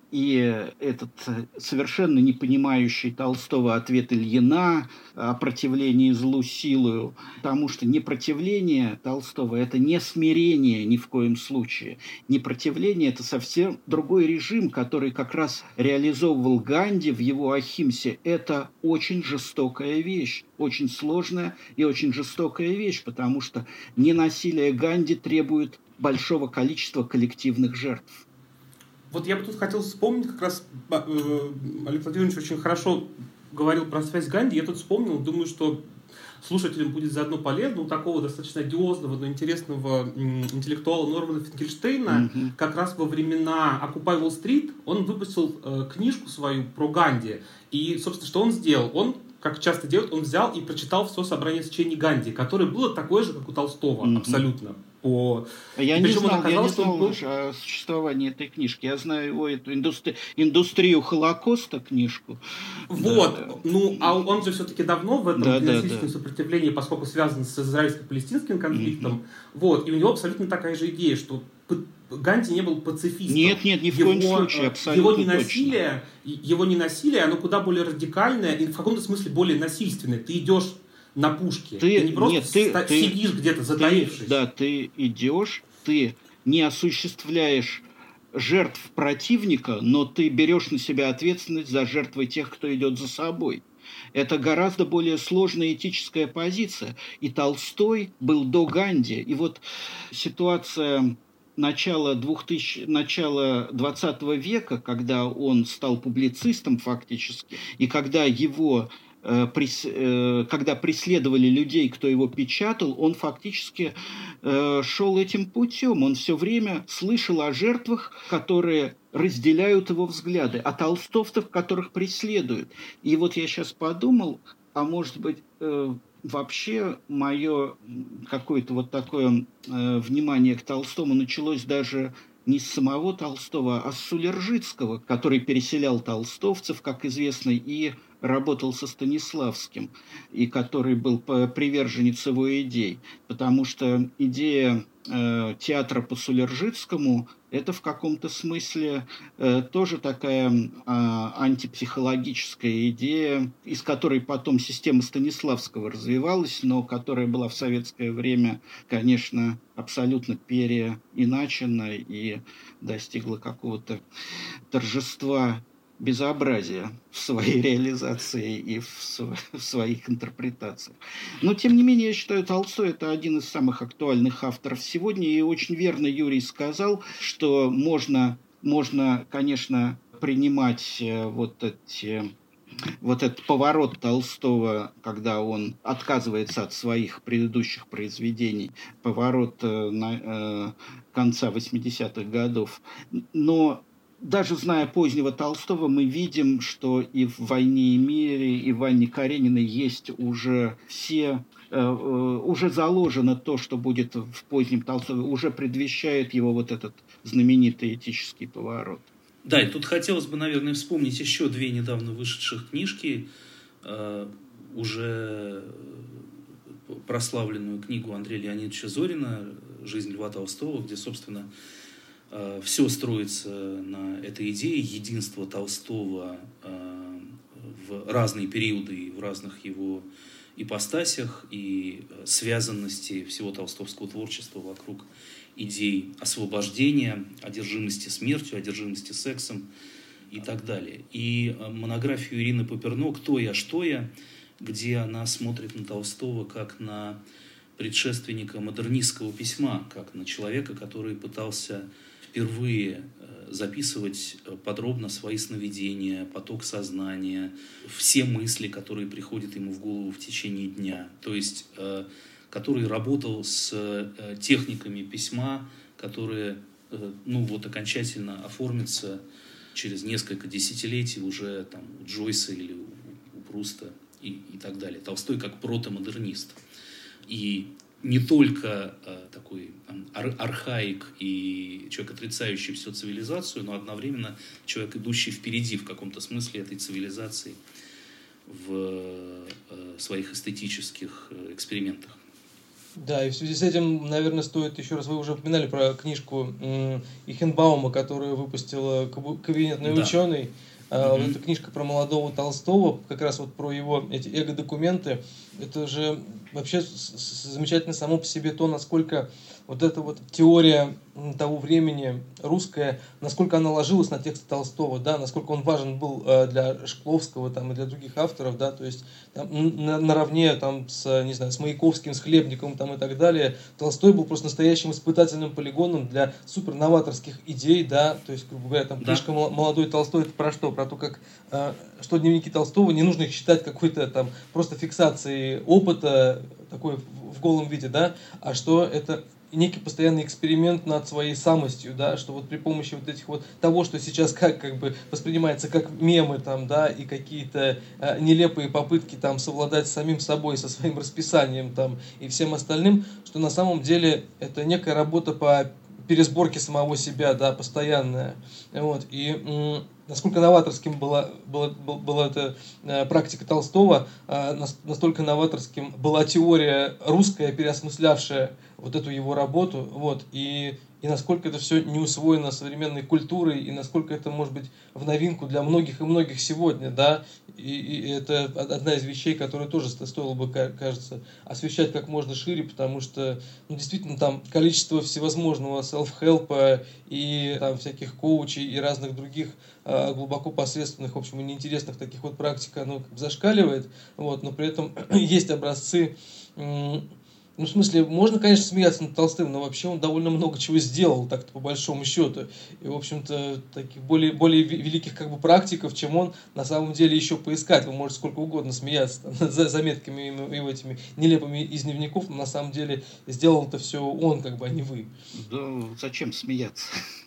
и этот совершенно не понимающий Толстого ответ Ильина о противлении злу силою, потому что непротивление Толстого – это не смирение ни в коем случае. Непротивление – это совсем другой режим, который как раз реализовывал Ганди в его «Ахимсе». Это очень жестокая вещь, очень сложная и очень жестокая вещь, потому что ненасилие Ганди требует большого количества коллективных жертв. Вот я бы тут хотел вспомнить, как раз Олег Владимирович очень хорошо говорил про связь Ганди. Я тут вспомнил, думаю, что слушателям будет заодно полезно у такого достаточно одиозного, но интересного интеллектуала Нормана Финкельштейна. Как раз во времена Occupy Wall Street он выпустил книжку свою про Ганди. И, собственно, что он сделал? Он, как часто делает, он взял и прочитал все собрание сочинений Ганди, которое было такое же, как у Толстого, абсолютно. Я не знал о существовании этой книжки. Я знаю его, эту индустрию Холокоста книжку. Вот. Да. Ну, а он же все-таки давно в этом геноцидическом сопротивлении, поскольку связан с израильско-палестинским конфликтом. Вот. И у него абсолютно такая же идея, что Ганди не был пацифистом. Нет, ни в коем случае, абсолютно его ненасилие, оно куда более радикальное и в каком-то смысле более насильственное. Ты идешь на пушке. Ты не просто сидишь где-то затаившись. Ты идешь, ты не осуществляешь жертв противника, но ты берешь на себя ответственность за жертвы тех, кто идет за собой. Это гораздо более сложная этическая позиция. И Толстой был до Ганди. И вот ситуация начала 20 века, когда он стал публицистом фактически, и когда преследовали людей, кто его печатал, он фактически шел этим путем. Он все время слышал о жертвах, которые разделяют его взгляды, о толстовцах, которых преследуют. И вот я сейчас подумал, а может быть, вообще мое какое-то вот такое внимание к Толстому началось даже не с самого Толстого, а с Сулержицкого, который переселял толстовцев, как известно, и работал со Станиславским, и который был приверженец его идей. Потому что идея театра по Сулержицкому – это в каком-то смысле тоже такая антипсихологическая идея, из которой потом система Станиславского развивалась, но которая была в советское время, конечно, абсолютно переиначена и достигла какого-то торжества безобразия в своей реализации и в своих интерпретациях. Но, тем не менее, я считаю, Толстой – это один из самых актуальных авторов сегодня. И очень верно Юрий сказал, что можно, конечно, принимать вот этот поворот Толстого, когда он отказывается от своих предыдущих произведений, поворот конца 80-х годов. Но даже зная позднего Толстого, мы видим, что и в «Войне и мире», и в Анне Карениной есть уже уже заложено то, что будет в позднем Толстове, уже предвещает его вот этот знаменитый этический поворот. Да, и тут хотелось бы, наверное, вспомнить еще две недавно вышедших книжки, уже прославленную книгу Андрея Леонидовича Зорина «Жизнь Льва Толстого», где, собственно, все строится на этой идее единства Толстого в разные периоды и в разных его ипостасях, и связанности всего толстовского творчества вокруг идей освобождения, одержимости смертью, одержимости сексом и так далее. И монографию Ирины Паперно «Кто я, что я», где она смотрит на Толстого как на предшественника модернистского письма, как на человека, который пытался впервые записывать подробно свои сновидения, поток сознания, все мысли, которые приходят ему в голову в течение дня. То есть, который работал с техниками письма, которые окончательно оформятся через несколько десятилетий уже там, у Джойса или у Пруста и так далее. Толстой как протомодернист. И не только такой архаик и человек, отрицающий всю цивилизацию, но одновременно человек, идущий впереди в каком-то смысле этой цивилизации в своих эстетических экспериментах. Да, и в связи с этим, наверное, стоит еще раз, вы уже упоминали про книжку Ихенбаума, которую выпустила «Кабинетный Да. ученый». Вот Мгм. эта книжка про молодого Толстого, как раз вот про его эти эго-документы, это же вообще замечательно само по себе то, насколько вот эта вот теория того времени русская, насколько она ложилась на тексты Толстого, да, насколько он важен был для Шкловского там, и для других авторов, да, то есть там, наравне там, с, не знаю, с Маяковским, с Хлебниковым там, и так далее, Толстой был просто настоящим испытательным полигоном для суперноваторских идей, да, то есть, грубо говоря, там Да. книжка «Молодой Толстой» — это про что? Про то, как что дневники Толстого, не нужно их считать какой-то там просто фиксацией опыта, такой в голом виде, да, а что это некий постоянный эксперимент над своей самостью, да, что вот при помощи вот этих вот того, что сейчас как бы воспринимается как мемы там, да, и какие-то нелепые попытки там совладать с самим собой, со своим расписанием там и всем остальным, что на самом деле это некая работа по пересборке самого себя, да, постоянная, вот, и насколько новаторским была эта практика Толстого, настолько новаторским была теория русская, переосмыслявшая вот эту его работу, вот, и насколько это все не усвоено современной культурой, и насколько это может быть в новинку для многих и многих сегодня, да, и это одна из вещей, которую тоже стоило бы, кажется, освещать как можно шире, потому что, ну, действительно, там количество всевозможного self-help и там всяких коучей и разных других глубоко посредственных, в общем, и неинтересных таких вот практик, оно как бы зашкаливает, вот, но при этом есть образцы. Ну, в смысле, можно, конечно, смеяться над Толстым, но вообще он довольно много чего сделал, так-то по большому счету. И, в общем-то, таких более великих как бы практиков, чем он, на самом деле еще поискать. Вы можете сколько угодно смеяться там, над заметками и этими нелепыми из дневников, но на самом деле сделал это все он, как бы, а не вы. Да зачем смеяться?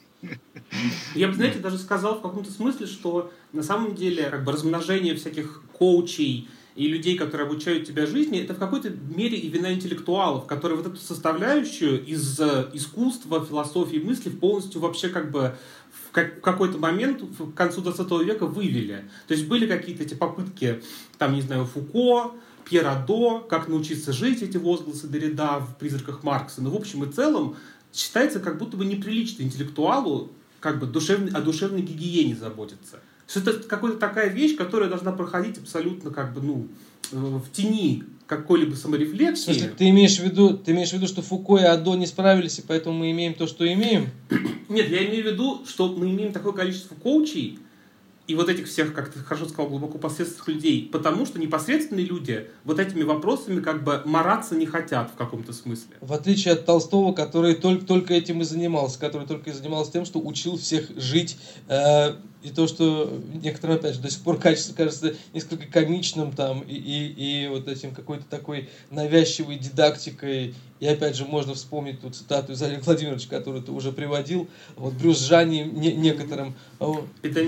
Я бы, знаете, даже сказал в каком-то смысле, что на самом деле как бы размножение всяких коучей и людей, которые обучают тебя жизни, это в какой-то мере и вина интеллектуалов, которые вот эту составляющую из искусства, философии, мысли полностью вообще как бы в какой-то момент к концу 20 века вывели. То есть были какие-то эти попытки, там, не знаю, Фуко, Пьер Адо, как научиться жить, эти возгласы Derrida в «Призраках Маркса». Но в общем и целом считается как будто бы неприлично интеллектуалу как бы о душевной гигиене заботиться. Что это какая-то такая вещь, которая должна проходить абсолютно как бы, ну, в тени какой-либо саморефлексии. В смысле, ты имеешь в виду, что Фуко и Адо не справились, и поэтому мы имеем то, что имеем? Нет, я имею в виду, что мы имеем такое количество коучей и вот этих всех, как ты хорошо сказал, глубоко посредственных людей, потому что непосредственные люди вот этими вопросами как бы мараться не хотят в каком-то смысле. В отличие от Толстого, который только этим и занимался, который только и занимался тем, что учил всех жить, и то, что некоторым, опять же, до сих пор кажется несколько комичным там, и вот этим какой-то такой навязчивой дидактикой. И опять же, можно вспомнить ту цитату из Олега Владимировича, которую ты уже приводил, вот брюзжание некоторым. Вот,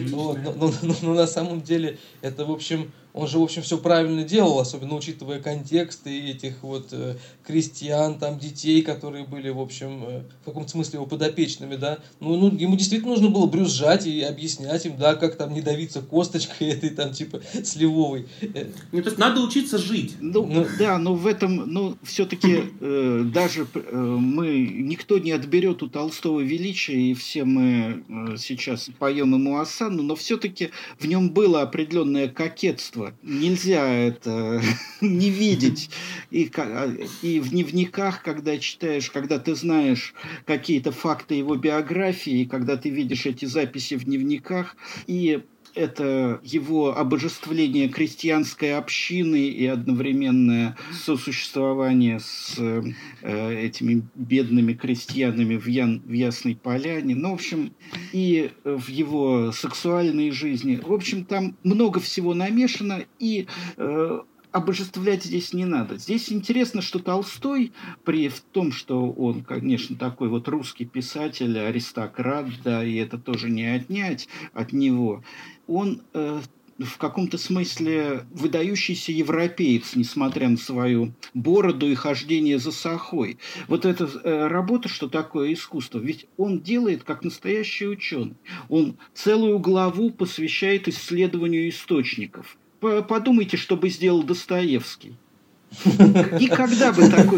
но на самом деле это, в общем, он же, в общем, все правильно делал, особенно учитывая контекст и этих вот крестьян, там, детей, которые были, в общем, в каком-то смысле его подопечными, да. Ну, ему действительно нужно было брюзжать и объяснять им, да, как там не давиться косточкой этой, там, типа, сливовой. Ну, то есть надо учиться жить. Да, но в этом, ну, все-таки даже никто не отберет у Толстого величия, и все мы сейчас поем ему осанну, но все-таки в нем было определенное кокетство. Нельзя это не видеть. И в дневниках, когда читаешь, когда ты знаешь какие-то факты его биографии, когда ты видишь эти записи в дневниках, и это его обожествление крестьянской общины и одновременное сосуществование с этими бедными крестьянами в Ясной Поляне. Ну, в общем, и в его сексуальной жизни. В общем, там много всего намешано, и обожествлять здесь не надо. Здесь интересно, что Толстой, при том, что он, конечно, такой вот русский писатель, аристократ, да, и это тоже не отнять от него, он в каком-то смысле выдающийся европеец, несмотря на свою бороду и хождение за сахой. Вот эта работа, что такое искусство, ведь он делает как настоящий ученый. Он целую главу посвящает исследованию источников. Подумайте, что бы сделал Достоевский. Никогда бы такой...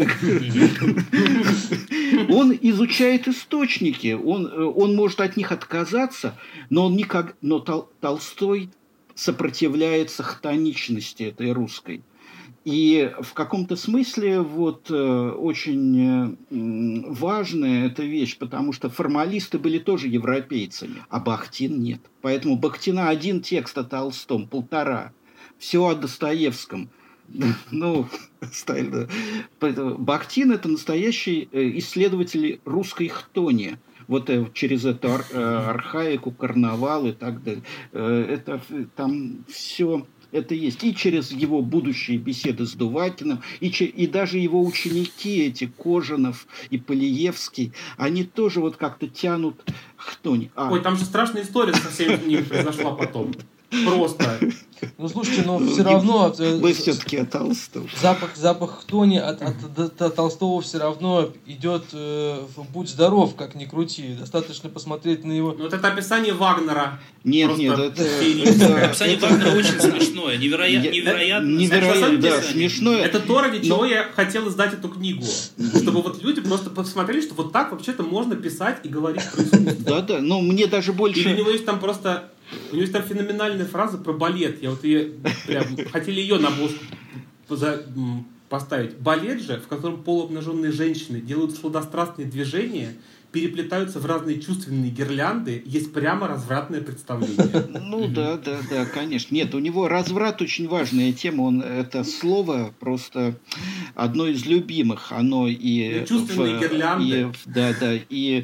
Он изучает источники, он может от них отказаться, но Толстой сопротивляется хтоничности этой русской. И в каком-то смысле очень важная эта вещь, потому что формалисты были тоже европейцами, а Бахтин нет. Поэтому Бахтина один текст о Толстом, 1,5. Все о Достоевском. Бахтин – это настоящий исследователь русской хтони. Через эту архаику, карнавал и так далее. Там все... Это есть и через его будущие беседы с Дувакиным, и даже его ученики, эти Кожанов и Полиевский, они тоже как-то тянут хтонь. Ой, там же страшная история со всеми ними произошла потом. Просто. Ну, слушайте, но все равно... Вы все-таки о Толстом. Запах хтони от Толстого все равно идет в «Будь здоров», как ни крути. Достаточно посмотреть на его... Ну, вот это описание Вагнера. Нет, описание Вагнера очень смешное. Невероятно смешное. Это то, ради чего я хотел издать эту книгу. Чтобы люди просто посмотрели, что вот так вообще-то можно писать и говорить про искусство. Да, но мне даже больше... Или у него есть там просто... У него есть там феноменальная фраза про балет. Хотели ее на обложку поставить. Балет же, в котором полуобнаженные женщины делают сладострастные движения, переплетаются в разные чувственные гирлянды, есть прямо развратное представление. Да, конечно. Нет, у него разврат очень важная тема. Это слово просто одно из любимых. Оно и... Чувственные гирлянды. И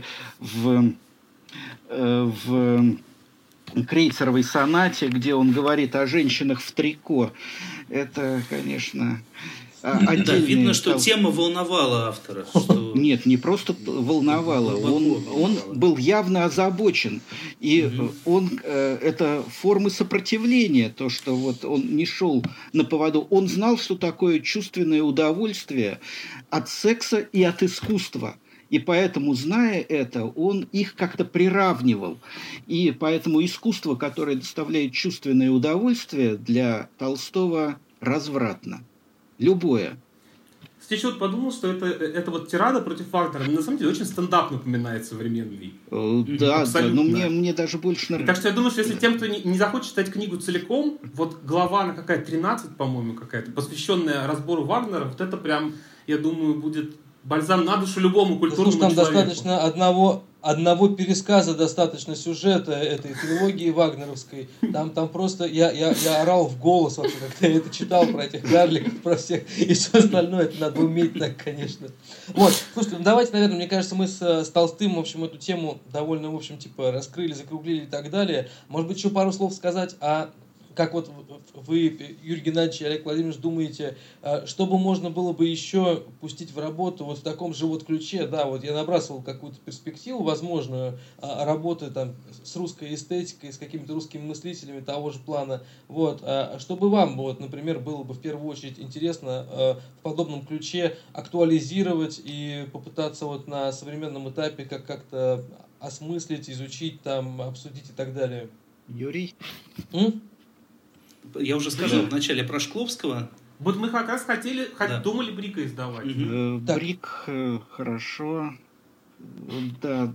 в Крейцеровой сонате, где он говорит о женщинах в трико. Это, конечно, отдельный... Да, видно, что тема волновала автора. Нет, не просто волновала. Он был явно озабочен. И это формы сопротивления, то, что он не шел на поводу. Он знал, что такое чувственное удовольствие от секса и от искусства. И поэтому, зная это, он их как-то приравнивал. И поэтому искусство, которое доставляет чувственное удовольствие, для Толстого развратно. Любое. Кстати, еще подумал, что это тирада против Вагнера на самом деле очень стендап напоминает современный. Да, но мне даже больше нравится. Так что я думаю, что если тем, кто не захочет читать книгу целиком, глава, она какая-то 13, по-моему, какая-то, посвященная разбору Вагнера, это прям, я думаю, будет... Бальзам на душу любому культурному человеку. Там достаточно одного пересказа, достаточно сюжета этой трилогии вагнеровской. Там просто я орал в голос вообще, когда я это читал про этих карликов, про всех и все остальное. Это надо уметь так, конечно. Слушайте, давайте, наверное, мне кажется, мы с Толстым, в общем, эту тему довольно, в общем, раскрыли, закруглили и так далее. Может быть, еще пару слов сказать о... Как вы, Юрий Геннадьевич и Олег Владимирович, думаете, чтобы можно было бы еще пустить в работу в таком же ключе? Да, я набрасывал какую-то перспективу, возможно, работы там с русской эстетикой, с какими-то русскими мыслителями того же плана. Чтобы вам, например, было бы в первую очередь интересно в подобном ключе актуализировать и попытаться на современном этапе как-то осмыслить, изучить, обсудить и так далее. Юрий? Я уже сказал вначале про Шкловского. Мы как раз думали Брика издавать. Брик хорошо. Да.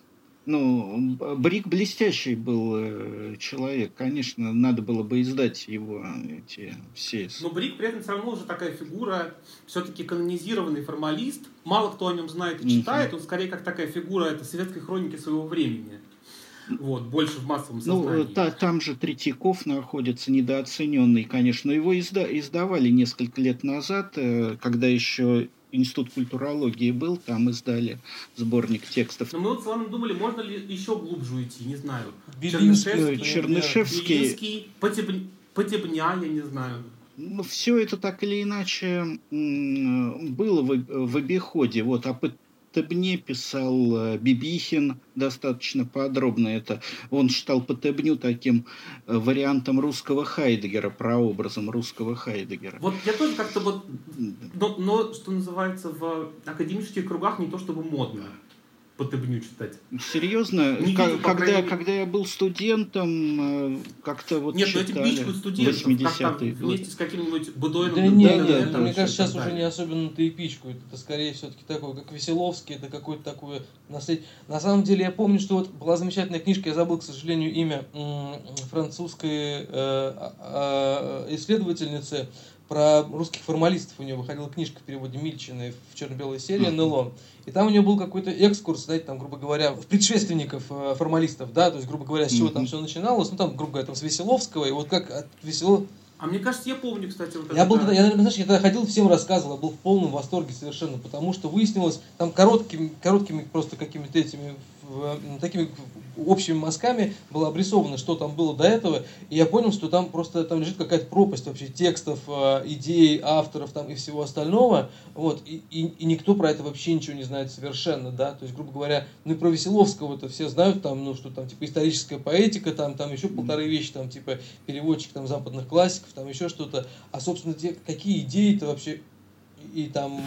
Брик блестящий был человек. Конечно, надо было бы издать его эти все. Но Брик при этом все равно уже такая фигура, все-таки канонизированный формалист. Мало кто о нем знает и читает. Он скорее как такая фигура это советской хроники своего времени. Больше в массовом сознании. Там же Третьяков находится, недооцененный, конечно. Его издавали несколько лет назад, когда еще Институт культурологии был, там издали сборник текстов. Но мы с вами думали, можно ли еще глубже уйти, не знаю. Чернышевский, Потебня, я не знаю. Все это так или иначе было в обиходе. О Потебне писал Бибихин достаточно подробно. Он считал Потебню таким вариантом русского Хайдеггера, прообразом русского Хайдеггера. Я тоже как-то но что называется, в академических кругах не то чтобы модно. потыбню читать. Серьезно? Не видел, Когда я был студентом, как-то вот нет, читали. Нет, но эти бичку студентов, 80-е как там, вместе с каким-нибудь Будойным. Да нет, да, мне кажется, сейчас уже не особенно-то и пичку. Это скорее все-таки такое, как Веселовский, это какое-то такое наследие. На самом деле, я помню, что вот была замечательная книжка, я забыл, к сожалению, имя французской исследовательницы, про русских формалистов. У нее выходила книжка в переводе Мильчиной в черно-белой серии НЛО. И там у нее был какой-то экскурс, знаете, там, грубо говоря, в предшественников формалистов, да, то есть, грубо говоря, с чего там все начиналось, ну, там, грубо говоря, там, с Веселовского, и вот как от Веселовского... А мне кажется, я помню, кстати, вот я тогда ходил, всем рассказывал, я был в полном восторге совершенно, потому что выяснилось, там короткими просто какими-то этими, такими общими мазками было обрисовано, что там было до этого, и я понял, что там просто там лежит какая-то пропасть вообще текстов, идей, авторов там и всего остального, вот, и никто про это вообще ничего не знает совершенно, да, то есть, грубо говоря, ну и про Веселовского-то все знают, там, ну, что там, типа, историческая поэтика, там еще полторы вещи, там, типа, переводчик там западных классиков, там еще что-то, а, собственно, какие идеи-то вообще, и там...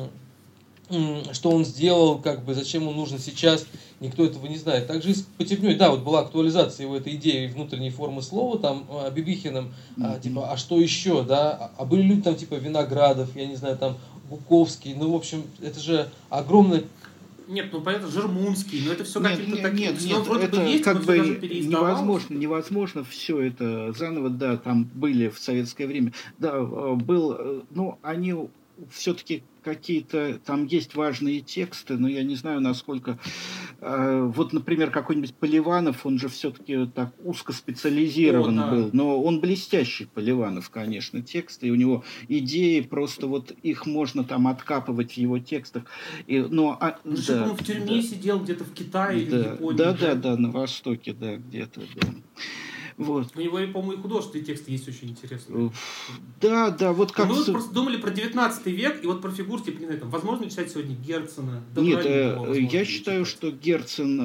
что он сделал, как бы, зачем он нужен сейчас, никто этого не знает. Также и с Потебней, да, вот была актуализация его этой идеи внутренней формы слова, там, Бибихиным, типа, а что еще, да, а были люди там, типа, Виноградов, я не знаю, там, Буковский, ну, в общем, это же огромное... Нет, ну понятно, Жермунский, но это все какие-то такие... Нет, это есть, как бы невозможно все это заново, да, там были в советское время. Да, был, ну, они все-таки какие-то, там есть важные тексты, но я не знаю, насколько... вот, например, какой-нибудь Поливанов, он же все-таки так узкоспециализирован был, но он блестящий, Поливанов, конечно, тексты, и у него идеи, просто вот их можно там откапывать в его текстах. Он в тюрьме сидел где-то в Китае или в Японии. Да, на Востоке, да, где-то, да. Вот. У него, по-моему, и художественные тексты есть очень интересные. Да, вот как... Мы вот просто думали про 19 век, и вот про фигур, типа, не знаю, там, возможно читать сегодня Герцена? Нет, я считаю, что Герцен,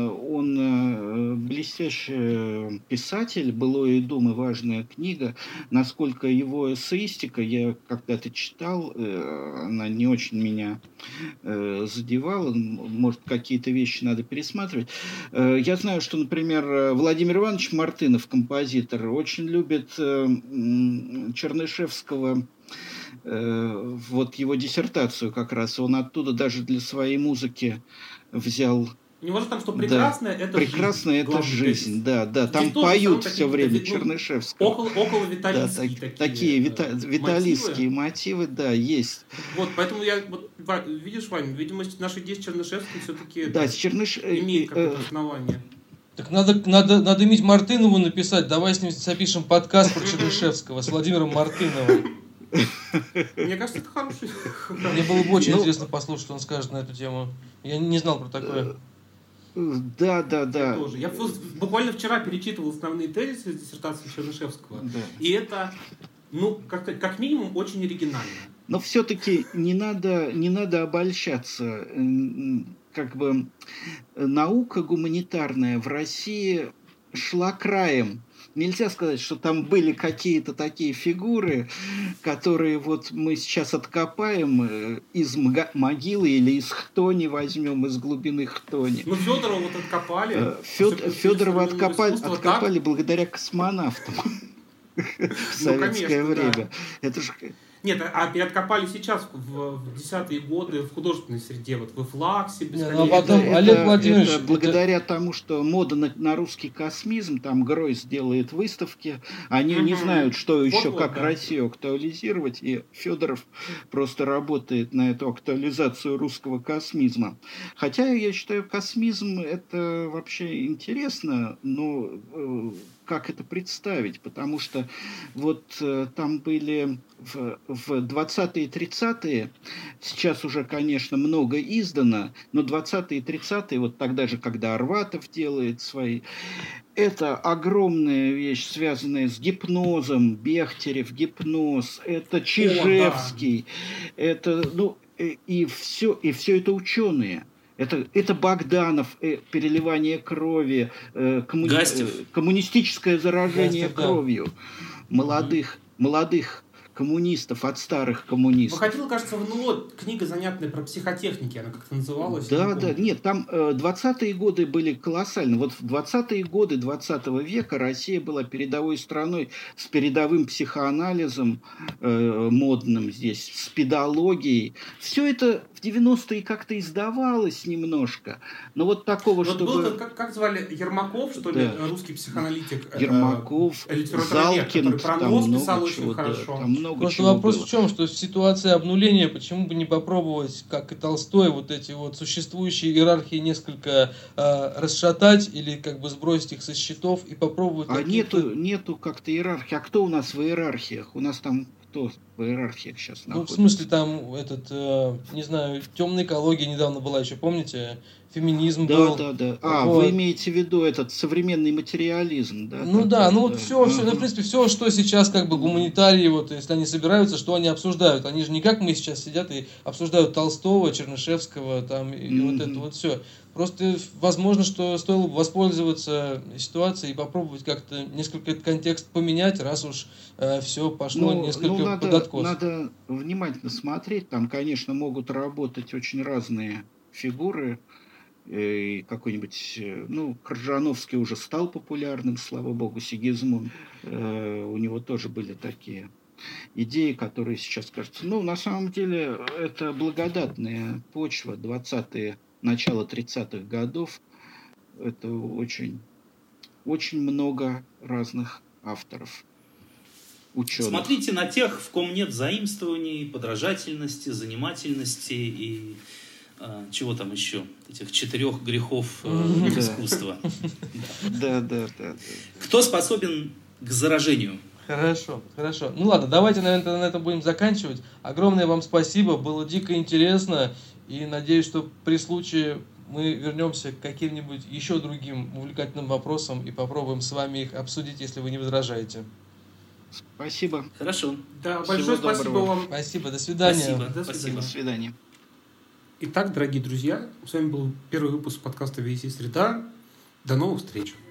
он блестящий писатель, «Былое и думы», важная книга. Насколько его эссеистика, я когда-то читал, она не очень меня задевала, может, какие-то вещи надо пересматривать. Я знаю, что, например, Владимир Иванович Мартынов, композитор, очень любит Чернышевского, вот его диссертацию как раз, он оттуда даже для своей музыки взял. У него же там, что прекрасная, да, это прекрасная жизнь. Это жизнь, да, там поют все время Чернышевского. Около виталистские такие виталистские мотивы, да, есть. Вот, поэтому я, вот, видишь, Вань, видимо, наши идеи с Чернышевским все-таки имеют какое-то основание. Так надо иметь Мартынову написать. Давай с ним запишем подкаст про Чернышевского с Владимиром Мартыновым. Мне кажется, это хороший. Мне было бы очень интересно послушать, что он скажет на эту тему. Я не знал про такое. Да. Я тоже. Я буквально вчера перечитывал основные тезисы из диссертации Чернышевского. Да. И это, ну, как минимум, очень оригинально. Но все-таки не надо обольщаться. Как бы наука гуманитарная в России шла краем. Нельзя сказать, что там были какие-то такие фигуры, которые вот мы сейчас откопаем из могилы или из хтони возьмем, из глубины хтони. Ну, Федорова вот откопали. Федорова откопали благодаря космонавтам в советское время. Это же... Нет, и откопали сейчас, в 10-е годы, в художественной среде, вот в Эфлаксе, Олег Владимирович... Это благодаря тому, что мода на русский космизм, там Гройс делает выставки, они не знают, что еще, как Россию актуализировать, и Федоров просто работает на эту актуализацию русского космизма. Хотя, я считаю, космизм это вообще интересно, но... как это представить, потому что вот там были в 20-е и 30-е, сейчас уже, конечно, много издано, но 20-е и 30-е, вот тогда же, когда Арватов делает свои, это огромная вещь, связанная с гипнозом, Бехтерев, гипноз, это Чижевский, это, ну, и все это ученые. Это Богданов, переливание крови, коммунистическое заражение кровью молодых коммунистов от старых коммунистов. Выходила, кажется, в НЛО книга занятная про психотехники, она как-то называлась. Да, нет, там 20-е годы были колоссальны. Вот в 20-е годы 20 века Россия была передовой страной с передовым психоанализом модным здесь, с педагогией. Все это в 90-е как-то издавалось немножко, но вот такого, вот чтобы... был, как звали, Ермаков, что ли, Да. русский психоаналитик? Ермаков, Залкин, который про там нос много писал чего, очень хорошо. Там много Просто чего вопрос было. в чем, что в ситуации обнуления, почему бы не попробовать, как и Толстой, вот эти вот существующие иерархии несколько расшатать или как бы сбросить их со счетов и попробовать... А нету как-то иерархии. А кто у нас в иерархиях? У нас там кто в иерархиях сейчас Ну, в находится? смысле, там, не знаю, темная экология недавно была еще, помните? Феминизм был. Да. Вот. Вы имеете в виду этот современный материализм, да? Ну да, ну вот все, Ага. ну, в принципе, все, что сейчас как бы гуманитарии, вот, если они собираются, что они обсуждают. Они же не как мы сейчас сидят и обсуждают Толстого, Чернышевского, там, и вот это вот все. Просто возможно, что стоило бы воспользоваться ситуацией и попробовать как-то несколько этот контекст поменять, раз уж все пошло несколько под откос. Надо внимательно смотреть. Там, конечно, могут работать очень разные фигуры. И какой-нибудь, Крыжановский уже стал популярным, слава богу, Сигизмунд. У него тоже были такие идеи, которые сейчас кажутся. На самом деле, это благодатная почва, 20-е, начало 30-х годов. Это очень, очень много разных авторов, ученых. Смотрите на тех, в ком нет заимствований, подражательности, занимательности и чего там еще? Этих 4 грехов искусства. Да. Кто способен к заражению? Хорошо. Ну ладно, давайте, наверное, на этом будем заканчивать. Огромное вам спасибо, было дико интересно. И надеюсь, что при случае мы вернемся к каким-нибудь еще другим увлекательным вопросам и попробуем с вами их обсудить, если вы не возражаете. Спасибо. Хорошо. Да, Всего большое спасибо доброго. вам. Спасибо, до свидания. До Спасибо. До свидания. Итак, дорогие друзья, с вами был первый выпуск подкаста «VC Среда». До новых встреч!